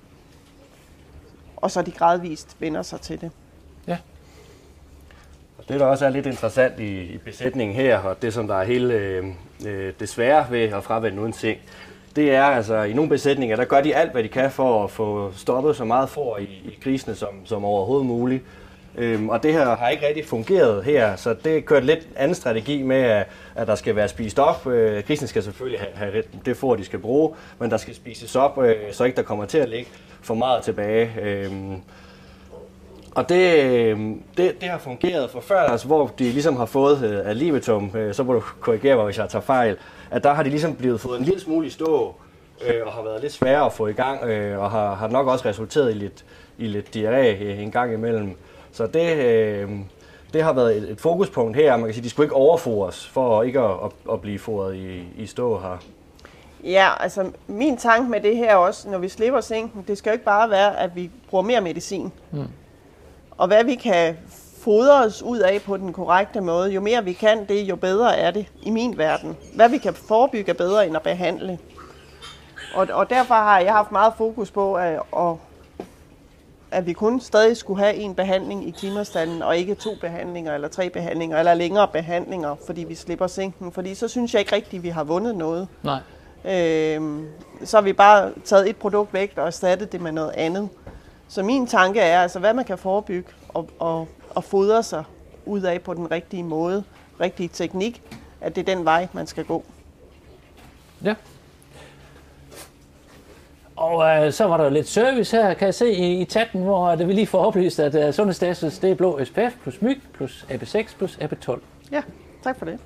og så de gradvist vender sig til det. Ja. Det, der også er lidt interessant i, i besætningen her, og det som der er hele øh, det svære ved at fravænne uden ting, det er altså, i nogle besætninger, der gør de alt, hvad de kan for at få stoppet så meget for i, i grisene som, som overhovedet muligt. Øhm, og det her har ikke rigtig fungeret her, så det kørt lidt anden strategi med, at, at der skal være spist op. Øh, grisene skal selvfølgelig have, have det for, de skal bruge, men der skal spises op, øh, så ikke der kommer til at ligge for meget tilbage. Øhm, Og det, det, det har fungeret for før, altså, hvor de ligesom har fået uh, ad libitum, uh, så må du korrigere mig, hvis jeg tager fejl, at der har de ligesom blevet fået en lille smule i stå, uh, og har været lidt svære at få i gang, uh, og har, har nok også resulteret i lidt, i lidt diarré uh, en gang imellem. Så det, uh, det har været et, et fokuspunkt her. Man kan sige, de skulle ikke overfodres for ikke at, at, at blive fodret i, i stå her. Ja, altså min tanke med det her også, når vi slipper zinken, det skal jo ikke bare være, at vi bruger mere medicin. Mm. Og hvad vi kan fodre os ud af på den korrekte måde, jo mere vi kan det, jo bedre er det i min verden. Hvad vi kan forebygge er bedre end at behandle. Og, og derfor har jeg haft meget fokus på, at, at, at vi kun stadig skulle have en behandling i klimastallen, og ikke to behandlinger, eller tre behandlinger, eller længere behandlinger, fordi vi slipper zinken. Fordi så synes jeg ikke rigtigt, at vi har vundet noget. Nej. Øhm, så har vi bare taget et produkt væk og erstattet det med noget andet. Så min tanke er, altså, hvad man kan forebygge og, og, og fodre sig ud af på den rigtige måde, rigtige teknik, at det er den vej, man skal gå. Ja. Og Og øh, så var der lidt service her, kan jeg se i, i chatten, hvor det vi lige får oplyst, at uh, sundhedsstatus det er blå S P F plus myg plus A B seks plus A B tolv. Ja, tak for det.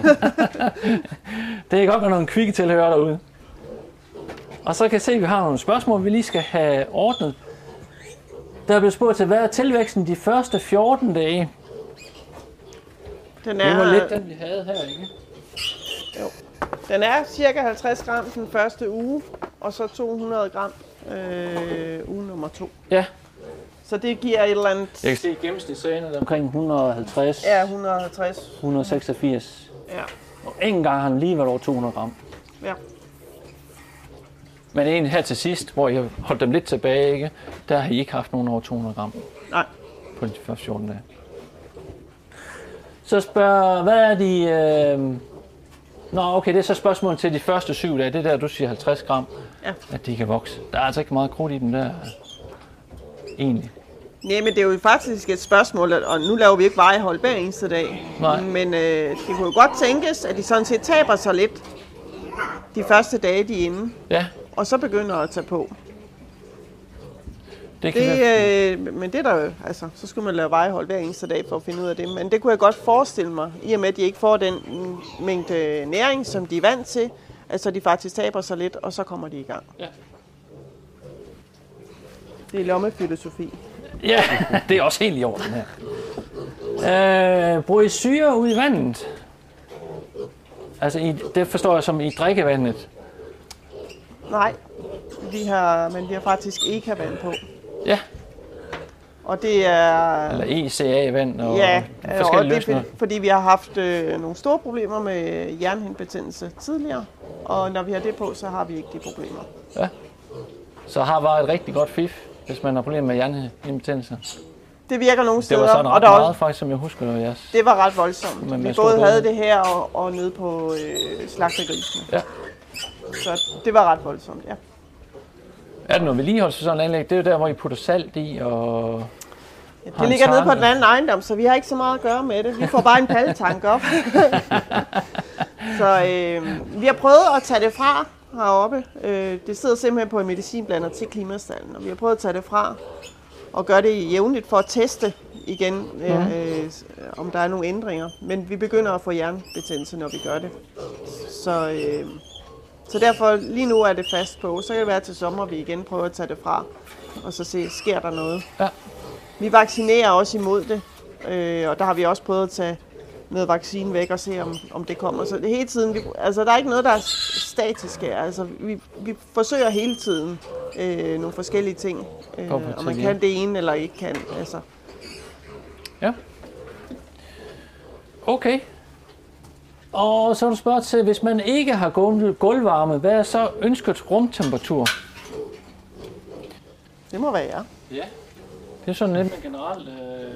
Det er godt med nogle kvikke tilhører derude. Og så kan jeg se, at vi har nogle spørgsmål, vi lige skal have ordnet. Der er blevet spurgt til, hvad er tilvæksten de første fjorten dage? Den Det er, var lidt den, vi havde her, ikke? jo. Den er cirka halvtreds gram den første uge, og så to hundrede gram øh, uge nummer to. Ja. Så det giver et eller andet... Jeg kan se, at gennemsnitssagen er omkring et hundrede og halvtreds, Ja, et hundrede og halvtreds. et hundrede og seksogfirs. Ja. Og en gang har han lige været over to hundrede gram. Ja. Men egentlig her til sidst, hvor jeg holdt dem lidt tilbage, ikke? Der har I ikke haft nogen over to hundrede gram Nej. på de første fjorten dage. Så spørger, hvad er de... Øh... Nå, okay, det er så spørgsmålet til de første syv dage. Det er der, du siger halvtreds gram, Ja. at de kan vokse. Der er altså ikke meget krudt i dem der, egentlig. Nej, men det er jo faktisk et spørgsmål, og nu laver vi ikke vejehold hver eneste dag. Nej. Men øh, det kunne jo godt tænkes, at de sådan set taber sig lidt de første dage, de er inde, Ja, og så begynder at tage på. det kan det, være. Det, øh, men det er der jo, altså, så skulle man lave vejehold hver eneste dag for at finde ud af det. Men det kunne jeg godt forestille mig, i og med at de ikke får den mm, mængde næring, som de er vant til, altså de faktisk taber sig lidt, og så kommer de i gang. Ja. Det er lommefilosofi. Ja, det er også helt i orden her. Øh, bruger I syre ude i vandet? Altså, i, det forstår jeg som i drikkevandet. Nej, vi har, men vi har faktisk ikke vand på. Ja, Og det er... eller E C A-vand og Ja, og forskellige det er løsninger. for- fordi vi har haft øh, nogle store problemer med jernhindebetændelse tidligere. Og når vi har det på, så har vi ikke de problemer. Så har bare et rigtig godt fif, hvis man har problemer med hjernehindebetændelse. Det virker nogle Det steder. var sådan og ret der er meget, også, faktisk, som jeg husker det. Yes. det var ret voldsomt. Men Vi med både stor havde død. det her og, og nede på øh, slagtegrisene. Ja. Så det var ret voldsomt, ja. Er det noget vedligeholdelse sådan et anlæg? Det er jo der, hvor I putter salt i og... Ja, Har det en ligger nede på tanke. den anden ejendom, så vi har ikke så meget at gøre med det. Vi får bare en palletank op. Så øh, vi har prøvet at tage det fra heroppe. Øh, det sidder simpelthen på en medicinblander til klimastallen, og vi har prøvet at tage det fra og gøre det jævnligt for at teste igen, øh, øh, om der er nogle ændringer. Men vi begynder at få hjernebetændelse, når vi gør det. Så, øh, så derfor lige nu er det fast på. Så kan det være til sommer, vi igen prøver at tage det fra og så se, sker der noget. Ja. Vi vaccinerer også imod det, øh, og der har vi også prøvet at tage noget vaccine væk og se, om, om det kommer. Så det hele tiden, vi, altså der er ikke noget, der er statisk her. Altså vi, vi forsøger hele tiden øh, nogle forskellige ting, øh, Gå på og man til, kan det ene eller ikke kan. Altså. Ja. Okay. Og så er du spørger til, hvis man ikke har gulv- gulvvarme, hvad er så ønsket rumtemperatur? Det må være ja. Ja. Det er sådan lidt med generelt... Øh...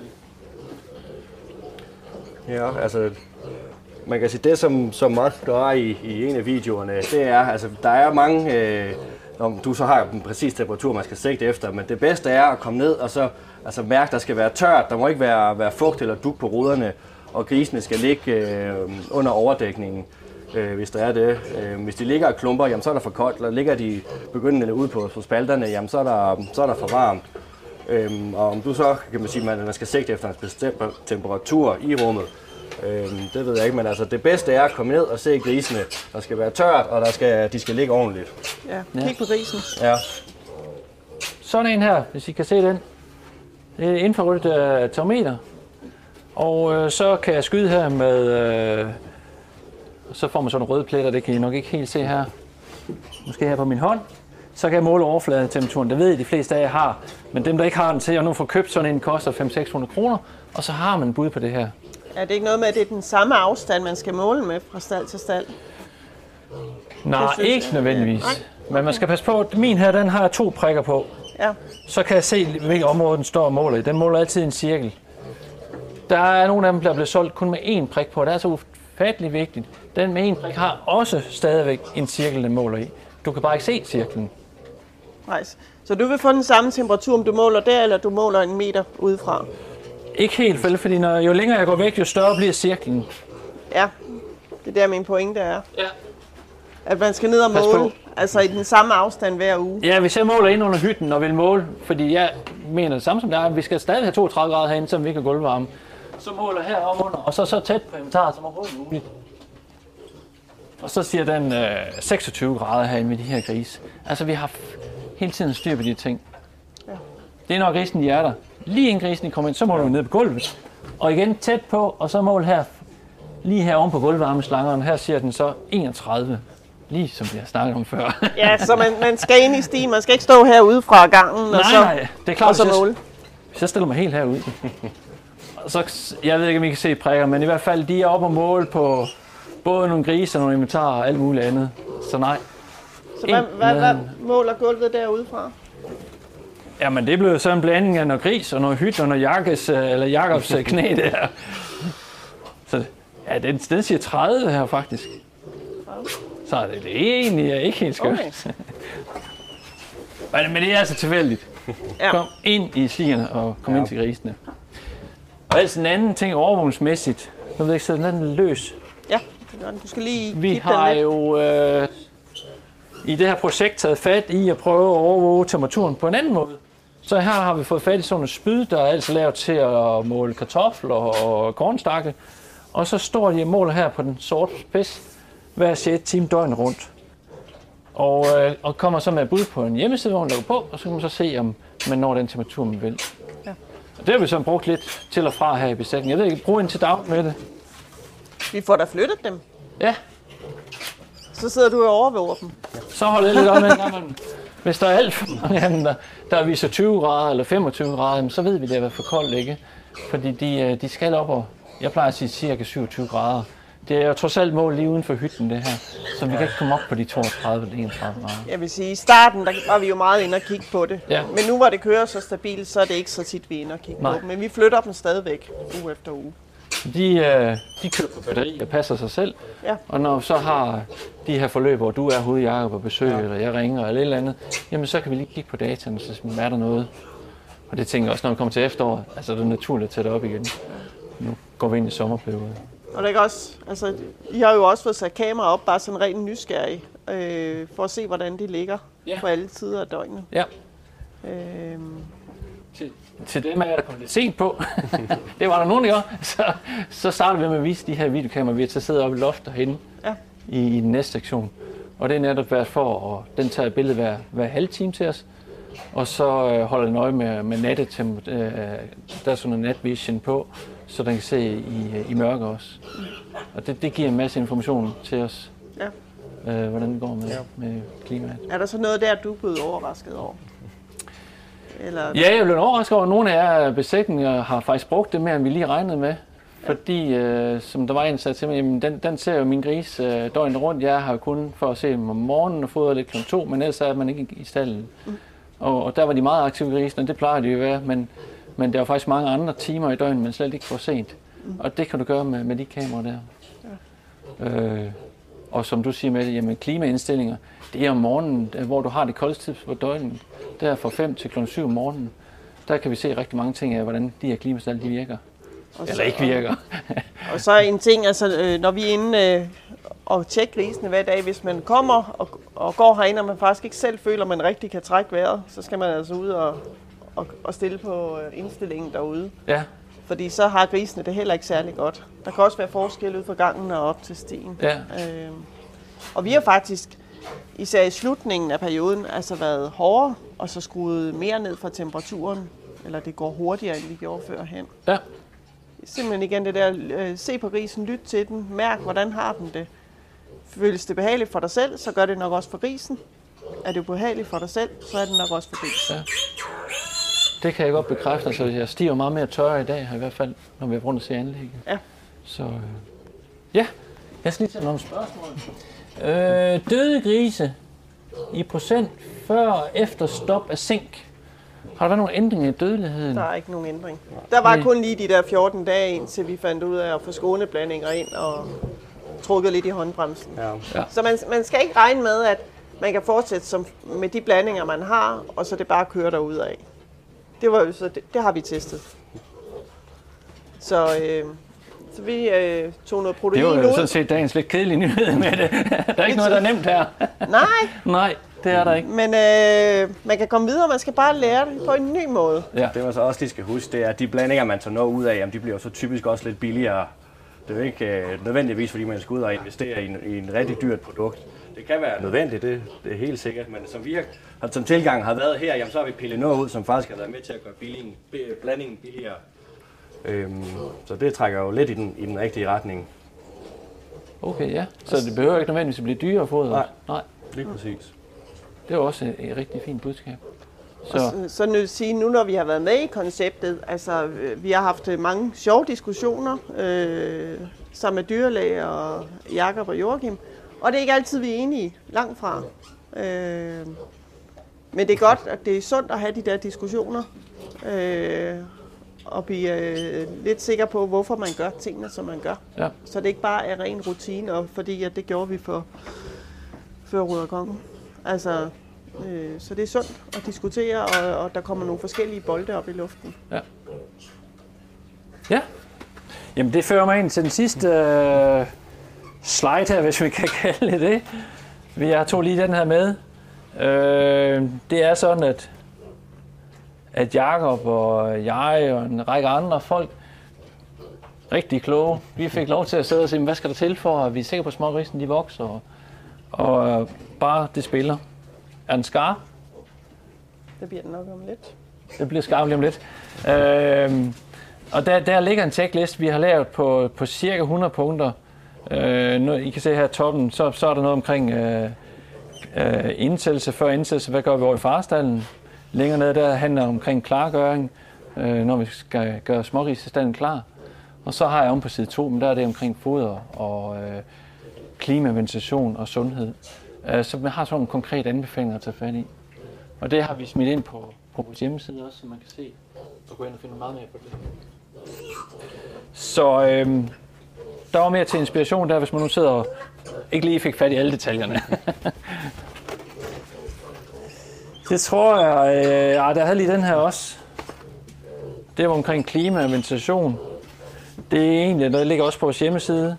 Ja, altså, man kan sige, det som, som Mark gør i, i en af videoerne, det er, altså, der er mange, øh, om du så har den præcis temperatur, man skal sigte efter, men det bedste er at komme ned og så altså, mærke, der skal være tørt, der må ikke være, være fugt eller dug på ruderne, og grisene skal ligge øh, under overdækningen, øh, hvis der er det. Øh, hvis de ligger og klumper, jamen, så er der for koldt, eller ligger de begyndende ude på, på spalterne, jamen, så er der, så er der for varmt. Øhm, og om du så, kan man sige, at man skal sigte efter en bestemt temperatur i rummet, øhm, det ved jeg ikke, men altså det bedste er at komme ned og se grisene. Der skal være tørt, og der skal, de skal ligge ordentligt. Ja, kig på grisen. Ja. Sådan en her, hvis I kan se den. Det er et infrarødt øh, termometer. Og øh, så kan jeg skyde her med... Øh, så får man sådan nogle røde pletter, det kan I nok ikke helt se her. Måske her på min hånd. Så kan jeg måle overfladetemperaturen. Det ved I, de fleste af jer har. Men dem, der ikke har den til, og nu får købt sådan en, koster fem til seks hundrede kroner. Og så har man bud på det her. Er det ikke noget med, at det er den samme afstand, man skal måle med fra stald til stald? Nej, synes ikke jeg. nødvendigvis. Nej. Men man skal passe på, at min her, den har to prikker på. Ja, Så kan jeg se, hvilket område den står og måler i. Den måler altid en cirkel. Der er nogle af dem, der bliver solgt kun med én prik på. Det er så ufatteligt vigtigt. Den med én prik har også stadigvæk en cirkel, den måler i. Du kan bare ikke se cirklen. nice. Så du vil få den samme temperatur, om du måler der, eller du måler en meter udefra? Ikke helt, vel, fordi når, jo længere jeg går væk, jo større bliver cirklen. Ja, det er der min pointe er. Ja. At man skal ned og Pas måle, på. altså i den samme afstand hver uge. Ja, hvis jeg måler ind under hytten og vil måle, fordi jeg mener det samme som dig, vi skal stadig have toogtredive grader herinde, så vi kan gulvvarme. Så måler her om under, og så så tæt på inventaret som overhovedet muligt. Og så siger den øh, seksogtyve grader herinde med de her grise. Altså vi har f- hele tiden styr på de ting. Ja. Det er når grisen de er der. Lige inden grisen de kommer ind, så måler vi ned på gulvet. Og igen tæt på, og så mål her, lige her oven på gulvvarmeslangeren. Her siger den så enogtredive. Lige som vi har snakket om før. Ja, så man, man skal ind i stien. Man skal ikke stå herude fra gangen og nej, så, nej, det er klart, og så hvis jeg- måle. Hvis jeg stiller mig helt herude, så jeg ved ikke, om I kan se prikker, men i hvert fald, de er oppe og måle på både nogle grise og nogle inventarer og alt muligt andet. Så nej. Så hvad, Ind hvad, med hvad en- måler gulvet derude fra? Jamen, det blev så en blanding af noget gris og noget hyt og noget Jakobs, eller Jakobs knæ der. Så ja, den, den siger tredive her faktisk. Så det, det er egentlig ikke helt skørt. Okay. Men, men det er altså tilfældigt. Ja. Kom ind i stierne og kom ja. ind til grisene. Og altså en anden ting overvågningsmæssigt. Nu ved jeg ikke, så den er løs. Ja, det gør den. Du skal lige Vi kigge har den lidt. jo øh, i det her projekt taget fat i at prøve at overvåge temperaturen på en anden måde. Så her har vi fået fat i sådan et spyd, der er altså lavet til at måle kartofler og kornstakke. Og så står de og måler her på den sorte spids hver sjette time døgnet rundt. Og, øh, og kommer så med et bud på en hjemmeside, hvor man lægger på, og så kan man så se, om man når den temperatur, man vil. Ja. Og det har vi så brugt lidt til og fra her i besætningen. Jeg ved ikke, brug ind til dag med det. Vi får da flyttet dem. Ja, Så sidder du og overvåger dem. så holder jeg lidt op med en gang imellem. Hvis der er alt for mange af dem, der, der viser tyve grader eller femogtyve grader, jamen, så ved vi, det er været for koldt, ikke? Fordi de, øh, de skal op, og jeg plejer at sige cirka syvogtyve grader. Det er jo trods alt mål lige uden for hytten, det her. Så vi kan ikke komme op på de toogtredive eller enogtredive grader. Jeg vil sige, i starten der var vi jo meget inde og kigge på det. Ja. Men nu hvor det kører så stabilt, så er det ikke så tit, vi er inde og kigge Nej. på dem. Men vi flytter dem stadigvæk uge efter uge. De, øh, de kører på batteri og passer sig selv. Ja. Og når vi så har de her forløb, hvor du er ude, Jacob, på besøg, ja. eller jeg ringer, eller et eller andet, jamen så kan vi lige kigge på dataen, og så sige, er der noget? Og det tænker jeg også, når vi kommer til efteråret, altså det er naturligt at tage det op igen. Nu går vi ind i sommerperioden. Og det er også, altså, I har jo også fået sat kamera op, bare sådan rent nysgerrig, øh, for at se, hvordan de ligger Ja. på alle tider af døgnet. Ja. Øh, Til, til dem af jer, der kom lidt sent på, det var der nogen, der gjorde, så, så starter vi med at vise de her videokameraer, vi har til at sidde oppe i loftet herinde Ja. i, i den næste sektion. Og det er netop været for, at den tager et billede hver, hver halv time til os, og så øh, holder den øje med, med nettet, øh, der er sådan en netvision på, så den kan se i, i mørke også. Og det, det giver en masse information til os, ja. øh, hvordan det går med, med klimaet. Er der så noget der, du er blevet overrasket over? Eller, Ja, jeg blev overrasket over, at nogle af jer besætninger har faktisk brugt det mere, end vi lige regnede med. Fordi, øh, som der var en, der sagde til mig, jamen, den, den ser jo min gris øh, døgnet rundt. Jeg har jo kun for at se dem om morgenen og fodre lidt klokken to, men ellers er man ikke i stallen. Mm. Og, og der var de meget aktive grisene, det plejer de jo at være, men, men der er faktisk mange andre timer i døgnet, men slet ikke for sent. Mm. Og det kan du gøre med, med de kameraer der. Ja. Øh, og som du siger med det, jamen klimaindstillinger, det er om morgenen, hvor du har det koldeste tid på døgnet. Der fra fem til klokken syv om morgenen, der kan vi se rigtig mange ting af, hvordan de her klimastal de virker. og Eller ikke virker. Og så en ting, altså øh, når vi er inde øh, og tjekker grisene hver dag, hvis man kommer og, og går herinde, og man faktisk ikke selv føler, at man rigtig kan trække vejret, så skal man altså ud og, og, og stille på øh, indstillingen derude. Ja, Fordi så har grisene det heller ikke særlig godt. Der kan også være forskel ud fra gangen og op til stien. ja. Øh, og vi har faktisk, især i slutningen af perioden, altså været hårdere, og så skruet mere ned fra temperaturen, eller det går hurtigere, end vi gjorde førhen. Ja. Simpelthen igen det der, øh, se på grisen, lyt til den, mærk, hvordan har den det. Føles det behageligt for dig selv, så gør det nok også for grisen. Er det behageligt for dig selv, så er det nok også for grisen. Ja. Det kan jeg godt bekræfte. Altså, jeg stiger meget mere tørre i dag, her, i hvert fald, når vi er rundt og se anlægget. Ja. Så øh, ja, jeg skal lige tage nogle spørgsmål. Øh, døde grise i procent før og efter stop af zink. Har der været nogle ændringer i dødeligheden? Der er ikke nogen ændring. Der var Nej. kun lige de der fjorten dage, indtil vi fandt ud af at få skåneblandinger ind og trukket lidt i håndbremsen. Ja. Ja. Så man, man skal ikke regne med, at man kan fortsætte som, med de blandinger, man har, og så det bare kører derudad. Det, var jo så, det, det har vi testet. Så, øh, efter vi øh, tog noget protein ud. Det ud. var jo sådan set dagens lidt kedelige nyhed med det. Der er ikke noget, der er nemt her. Nej. Nej, det er der ikke. Men øh, man kan komme videre, man skal bare lære det på en ny måde. Ja. Det man så også lige skal huske, det er, at de blandinger, man tager noget ud af, jamen, de bliver jo så typisk også lidt billigere. Det er jo ikke øh, nødvendigvis, fordi man skal ud og investere i en, i en rigtig dyrt produkt. Det kan være nødvendigt, det, det er helt sikkert, men som vi har, som tilgang har været her, jamen, så har vi pillet noget ud, som faktisk har været med til at gøre billingen, blandingen billigere. Øhm, så det trækker jo lidt i den, i den rigtige retning. Okay, ja. Så det behøver ikke nødvendigvis at blive dyrere foder? Nej, Nej. Lige præcis. Det er også et, et rigtig fint budskab. Så, så, så nu, sige, nu når vi har været med i konceptet, altså vi har haft mange sjove diskussioner øh, sammen med dyrlæge og Jakob og Joachim, og det er ikke altid, vi er enige, langt fra. Øh, men det er godt, at det er sundt at have de der diskussioner, øh, og blive øh, lidt sikker på, hvorfor man gør tingene, som man gør. Ja. Så det ikke bare er ren rutine, og fordi at det gjorde vi for, for Ruderkongen. Altså, øh, så det er sundt at diskutere, og, og der kommer nogle forskellige bolde op i luften. Ja. Ja. Jamen det fører mig ind til den sidste øh, slide her, hvis vi kan kalde det det. Vi har tog lige den her med. Øh, det er sådan, at, at Jakob og jeg og en række andre folk, rigtig kloge, vi fik lov til at sidde og sige, hvad skal der til for, at vi er sikre på, at smågrisen de vokser, og, og bare det spiller. Er den skarp? Det bliver den nok om lidt. Det bliver skarpt lige om lidt. Øh, og der, der ligger en checklist, vi har lavet på, på cirka hundrede punkter. Øh, nu, I kan se her i toppen, så, så er der noget omkring øh, øh, indsættelse, før indsættelse, hvad gør vi over i farestallen. Længere nede der handler omkring klargøring, øh, når vi skal gøre smågrisestanden klar. Og så har jeg om på side to, men der er det omkring foder og øh, klima, ventilation og sundhed. Øh, så man har sådan nogle konkrete anbefalinger at tage fat i. Og det har vi smidt ind på, på vores hjemmeside også, så man kan se og gå ind og finde meget mere på det. Så øh, der var mere til inspiration der, hvis man nu sidder og ikke lige fik fat i alle detaljerne. Det tror jeg, øh, ja, der havde lige den her også. Det var omkring klima og ventilation. Det er egentlig, der ligger også på vores hjemmeside.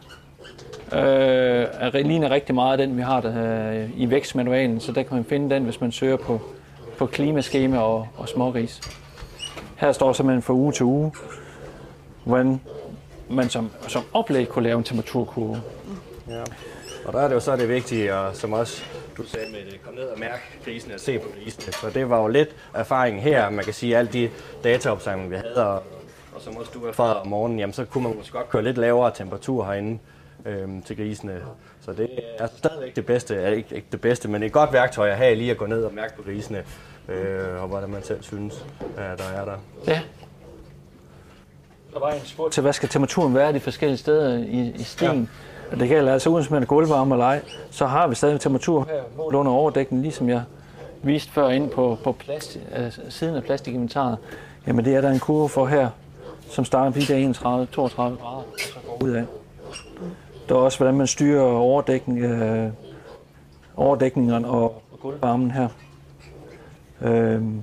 Øh, ligner rigtig meget af den, vi har der, øh, i vækstmanualen, så der kan man finde den, hvis man søger på, på klimaskema og, og smågris. Her står simpelthen fra uge til uge, hvordan man som, som oplæg kunne lave en temperaturkurve. Ja. Og der er det jo så det vigtige, og som også du sagde med det, kom ned og mærke grisene og se på grisene. Så det var jo lidt erfaringen her, man kan sige, alle de dataopsamlinger, vi havde, og, og som også du erfarede om morgenen, jamen, så kunne man måske godt køre lidt lavere temperatur herinde øhm, til grisene. Så det er stadigvæk det bedste, ikke, ikke det bedste, men et godt værktøj at have lige at gå ned og mærke på grisene, øh, og hvordan man selv synes, at der er der. Ja. Der var en spurgt til, hvad skal temperaturen være de forskellige steder i, i stien. Ja. Det gælder altså, uden at gulvvarme eller ej, så har vi stadig temperatur her målt under overdækningen, ligesom jeg viste før ind på, på plastik, øh, siden af plastikinventaret. Jamen det er der en kurve for her, som starter på de der enogtredive til toogtredive grader, og så går ud af. Der er også, hvordan man styrer overdækning, øh, overdækningerne og, og gulvvarmen her. Øhm,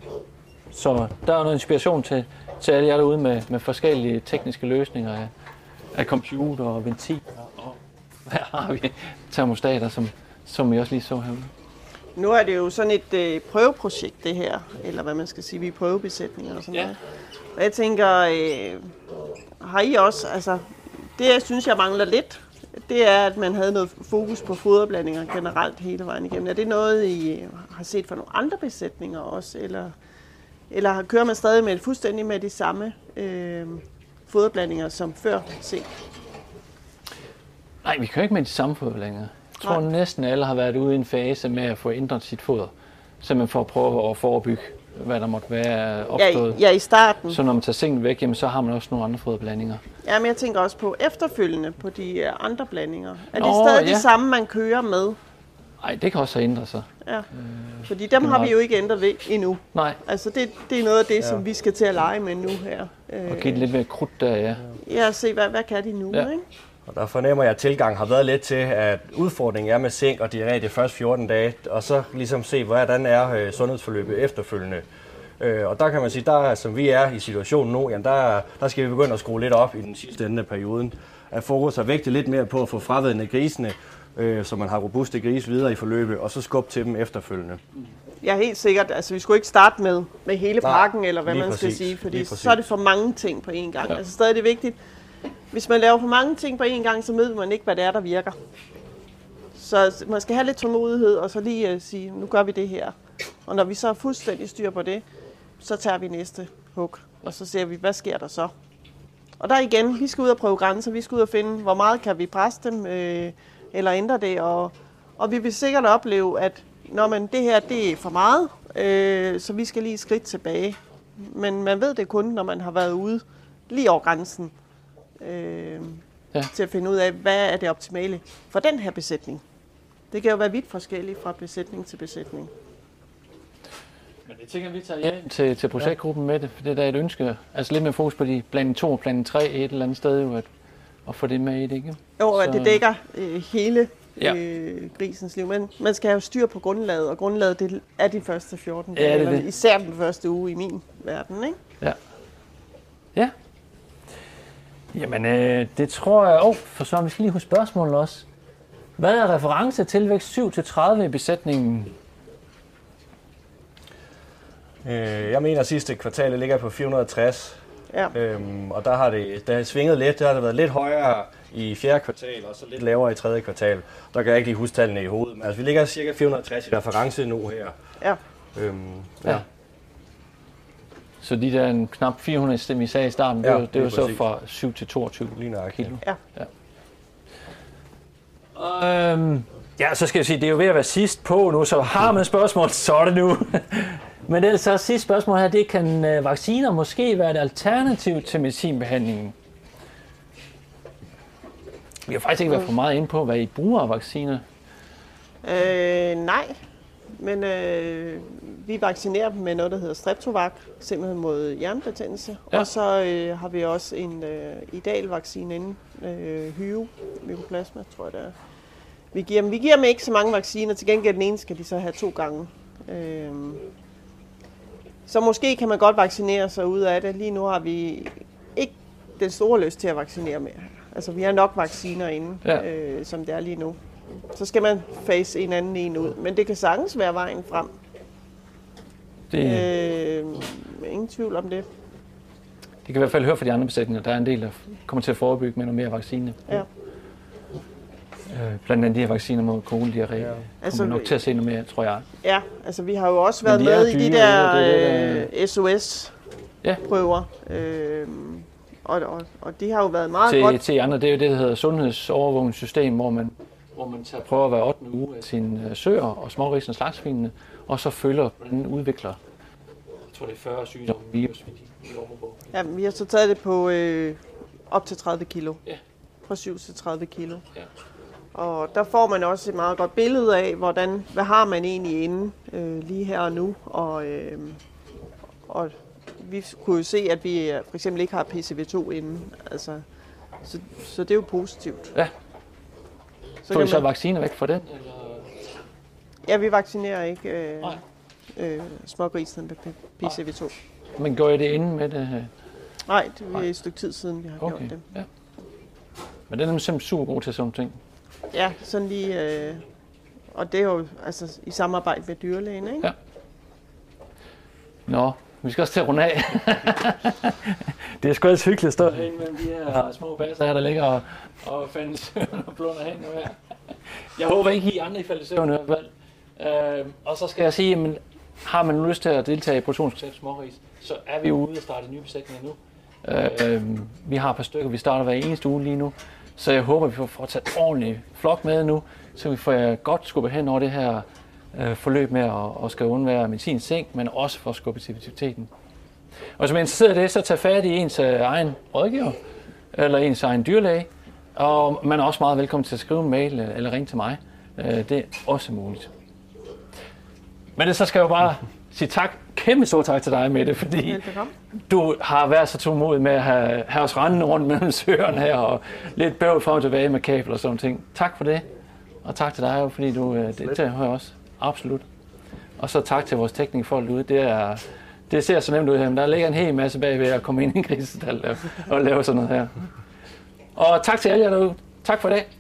så der er noget inspiration til, til alle jer derude med, med forskellige tekniske løsninger af, af computer og ventiler og hvad har vi? Termostater, som, som I også lige så herude. Nu er det jo sådan et øh, prøveprojekt det her, eller hvad man skal sige, vi er prøvebesætninger og sådan ja. noget. Og jeg tænker, øh, har I også, altså det jeg synes jeg mangler lidt, det er at man havde noget fokus på foderblandinger generelt hele vejen igennem. Er det noget I har set fra nogle andre besætninger også, eller, eller kører man stadig med fuldstændig med de samme øh, foderblandinger som før set? Nej, vi kører ikke med de samme foderblandinger. Jeg tror Nej. næsten alle har været ude i en fase med at få ændret sit foder, simpelthen for at prøve at forebygge, hvad der måtte være opstået. Ja, ja, i starten. Så når man tager zinken væk, jamen, så har man også nogle andre foderblandinger. Ja, men jeg tænker også på efterfølgende på de andre blandinger. Er det Nå, stadig ja. de samme, man kører med? Nej, det kan også ændre sig. Ja, fordi dem har vi jo ikke ændret ved endnu. Nej. Altså det, det er noget af det, ja. som vi skal til at lege med nu her. Og give det lidt mere krudt der, ja. Ja, se hvad, hvad kan de nu, ja. ikke? Og der fornemmer jeg, at tilgang har været lidt til, at udfordringen er med zink og diarré de første fjorten dage, og så ligesom se, hvordan er sundhedsforløbet efterfølgende. Øh, og der kan man sige, der som vi er i situationen nu, jamen der, der skal vi begynde at skrue lidt op i den sidste ende af perioden. At fokus er vægtet lidt mere på at få fravædende grisene, øh, så man har robuste grise videre i forløbet, og så skubbe til dem efterfølgende. Ja, helt sikkert. Altså, vi skulle ikke starte med, med hele Nej, pakken, eller hvad man præcis, skal sige, fordi så er det for mange ting på én gang. Ja. Altså, stadig er det vigtigt. Hvis man laver for mange ting på én gang, så ved man ikke, hvad det er, der virker. Så man skal have lidt tålmodighed, og så lige uh, sige, nu gør vi det her. Og når vi så er fuldstændig styr på det, så tager vi næste hug, og så ser vi, hvad sker der så? Og der igen, vi skal ud og prøve grænser, vi skal ud og finde, hvor meget kan vi presse dem, øh, eller ændre det, og, og vi vil sikkert opleve, at når man, det her det er for meget, øh, så vi skal lige et skridt tilbage. Men man ved det kun, når man har været ude lige over grænsen, øh, ja. til at finde ud af, hvad er det optimale for den her besætning. Det kan jo være vidt forskelligt fra besætning til besætning. Men det tænker vi tager hjem til, til projektgruppen med det, for det er da et ønske. Altså lidt med fokus på de blanding to og blanding tre et eller andet sted, jo, at, at få det med i det, ikke? Jo, og det dækker øh, hele ja. øh, grisens liv. Men man skal have styr på grundlaget, og grundlaget det er de første fjorten dage, ja, det eller det. især den første uge i min verden, ikke? Ja. Ja. Jamen, øh, det tror jeg... Åh, oh, for så vi skal lige huske spørgsmålet også. Hvad er reference til vækst syv til tredive i besætningen? Jeg mener, at sidste kvartal ligger på fire hundrede og tres, ja. øhm, og der har det, der har svinget lidt. Der har det været lidt højere i fjerde kvartal, og så lidt lavere i tredje kvartal. Der kan jeg ikke lige huske tallene i hovedet, men altså, vi ligger cirka fire hundrede og tres i reference nu her. Ja. Øhm, ja. ja. Så de der en knap fire hundrede stemme, vi sagde i starten, ja, det var, det var så fra syv til toogtyve kilo. Ja. ja. Øhm, ja, så skal jeg sige, det er jo ved at være sidst på nu, så har man spørgsmål, så er det nu. Men ellers så sidste spørgsmål her, det kan øh, vacciner måske være et alternativ til medicinbehandlingen? Vi har faktisk ikke været for meget inde på, hvad I bruger af vacciner. Øh, nej, men øh, vi vaccinerer dem med noget, der hedder Streptovac, simpelthen mod hjernebetændelse. Ja. Og så øh, har vi også en øh, Idal-vaccine inden, øh, Hyve, mykoplasma, tror jeg det er. Vi giver, dem, vi giver dem ikke så mange vacciner, til gengæld den ene skal de så have to gange. Øh, Så måske kan man godt vaccinere sig ud af det. Lige nu har vi ikke den store lyst til at vaccinere mere. Altså, vi har nok vacciner inde, ja. øh, som det er lige nu. Så skal man face en anden en ud. Men det kan sagtens være vejen frem. Det... Øh, ingen tvivl om det. Det kan i hvert fald høre fra de andre besætninger. Der er en del, der kommer til at forebygge med noget mere vaccine. Ja. Øh, blandt andet de her vacciner mod koldiarré. Ja. Altså, kommer nok til at se noget mere, tror jeg. Ja, altså vi har jo også været de med i de der øh, S O S-prøver. Ja. Øh, og, og, og de har jo været meget til, godt. Til andre, det er jo det, der hedder sundhedsovervågningssystem, hvor man, hvor man tager, prøver at være ottende uge af sine søer og smågrisene og slagtsvinene, og så følger, hvordan udvikler, jeg tror det er fyrre sygdomme, virus, vi de overvåger. Ja, vi har så taget det på øh, op til tredive kilo. Ja. Fra syv til tredive kilo. Ja. Og der får man også et meget godt billede af, hvordan, hvad har man egentlig inde øh, lige her og nu. Og, øh, og vi kunne jo se, at vi for eksempel ikke har P C V to inde. Altså, så, så det er jo positivt. Ja. Så Får I så man... vacciner væk fra den? Eller? Ja, vi vaccinerer ikke øh, øh, smågrisene med P C V to. Men går I det inde med det? Nej, det er et stykke tid siden, vi har okay. gjort det. Ja. Men den er simpelthen super god til sådan ting. Ja, sådan lige, øh, og det er jo altså i samarbejde med dyrlægen, ikke? Ja. Nå, vi skal også til at runde af. Det er sgu ellers hyggeligt at stå herinde mellem de her små basser her, der ligger og, og falder i søvn og blunder hen nu her. Jeg håber ikke, I andre I falder i søvn i hvert fald. Øh, og så skal jeg sige, at har man lyst til at deltage i produktionskoncept smågris, så er vi ude og starte nye besætninger nu. Øh, vi har et par stykker, vi starter hver eneste uge lige nu. Så jeg håber, vi får fortsat ordentligt flok med nu, så vi får godt skubbet hen over det her øh, forløb med at, at skal undvære medicinsk sænk, men også for at skubbe til effektiviteten. Og hvis man er interesseret i det, så tag fat i ens øh, egen rådgiver, eller ens egen dyrlæge, og man er også meget velkommen til at skrive en mail eller ringe til mig. Øh, det er også muligt. Men det, så skal jeg jo bare sige tak. Kæmpe stor tak til dig, Mette, fordi velbekomme. Du har været så tålmodig med at have, have os rendende rundt mellem søerne her, og lidt bøvl frem og tilbage med kabel og sådan ting. Tak for det, og tak til dig, fordi du det, det hører også. Absolut. Og så tak til vores teknikfolk ude. Det er, det ser så nemt ud her, men der ligger en hel masse bagved at komme ind i en grisestald og lave sådan noget her. Og tak til alle jer derude. Tak for i dag.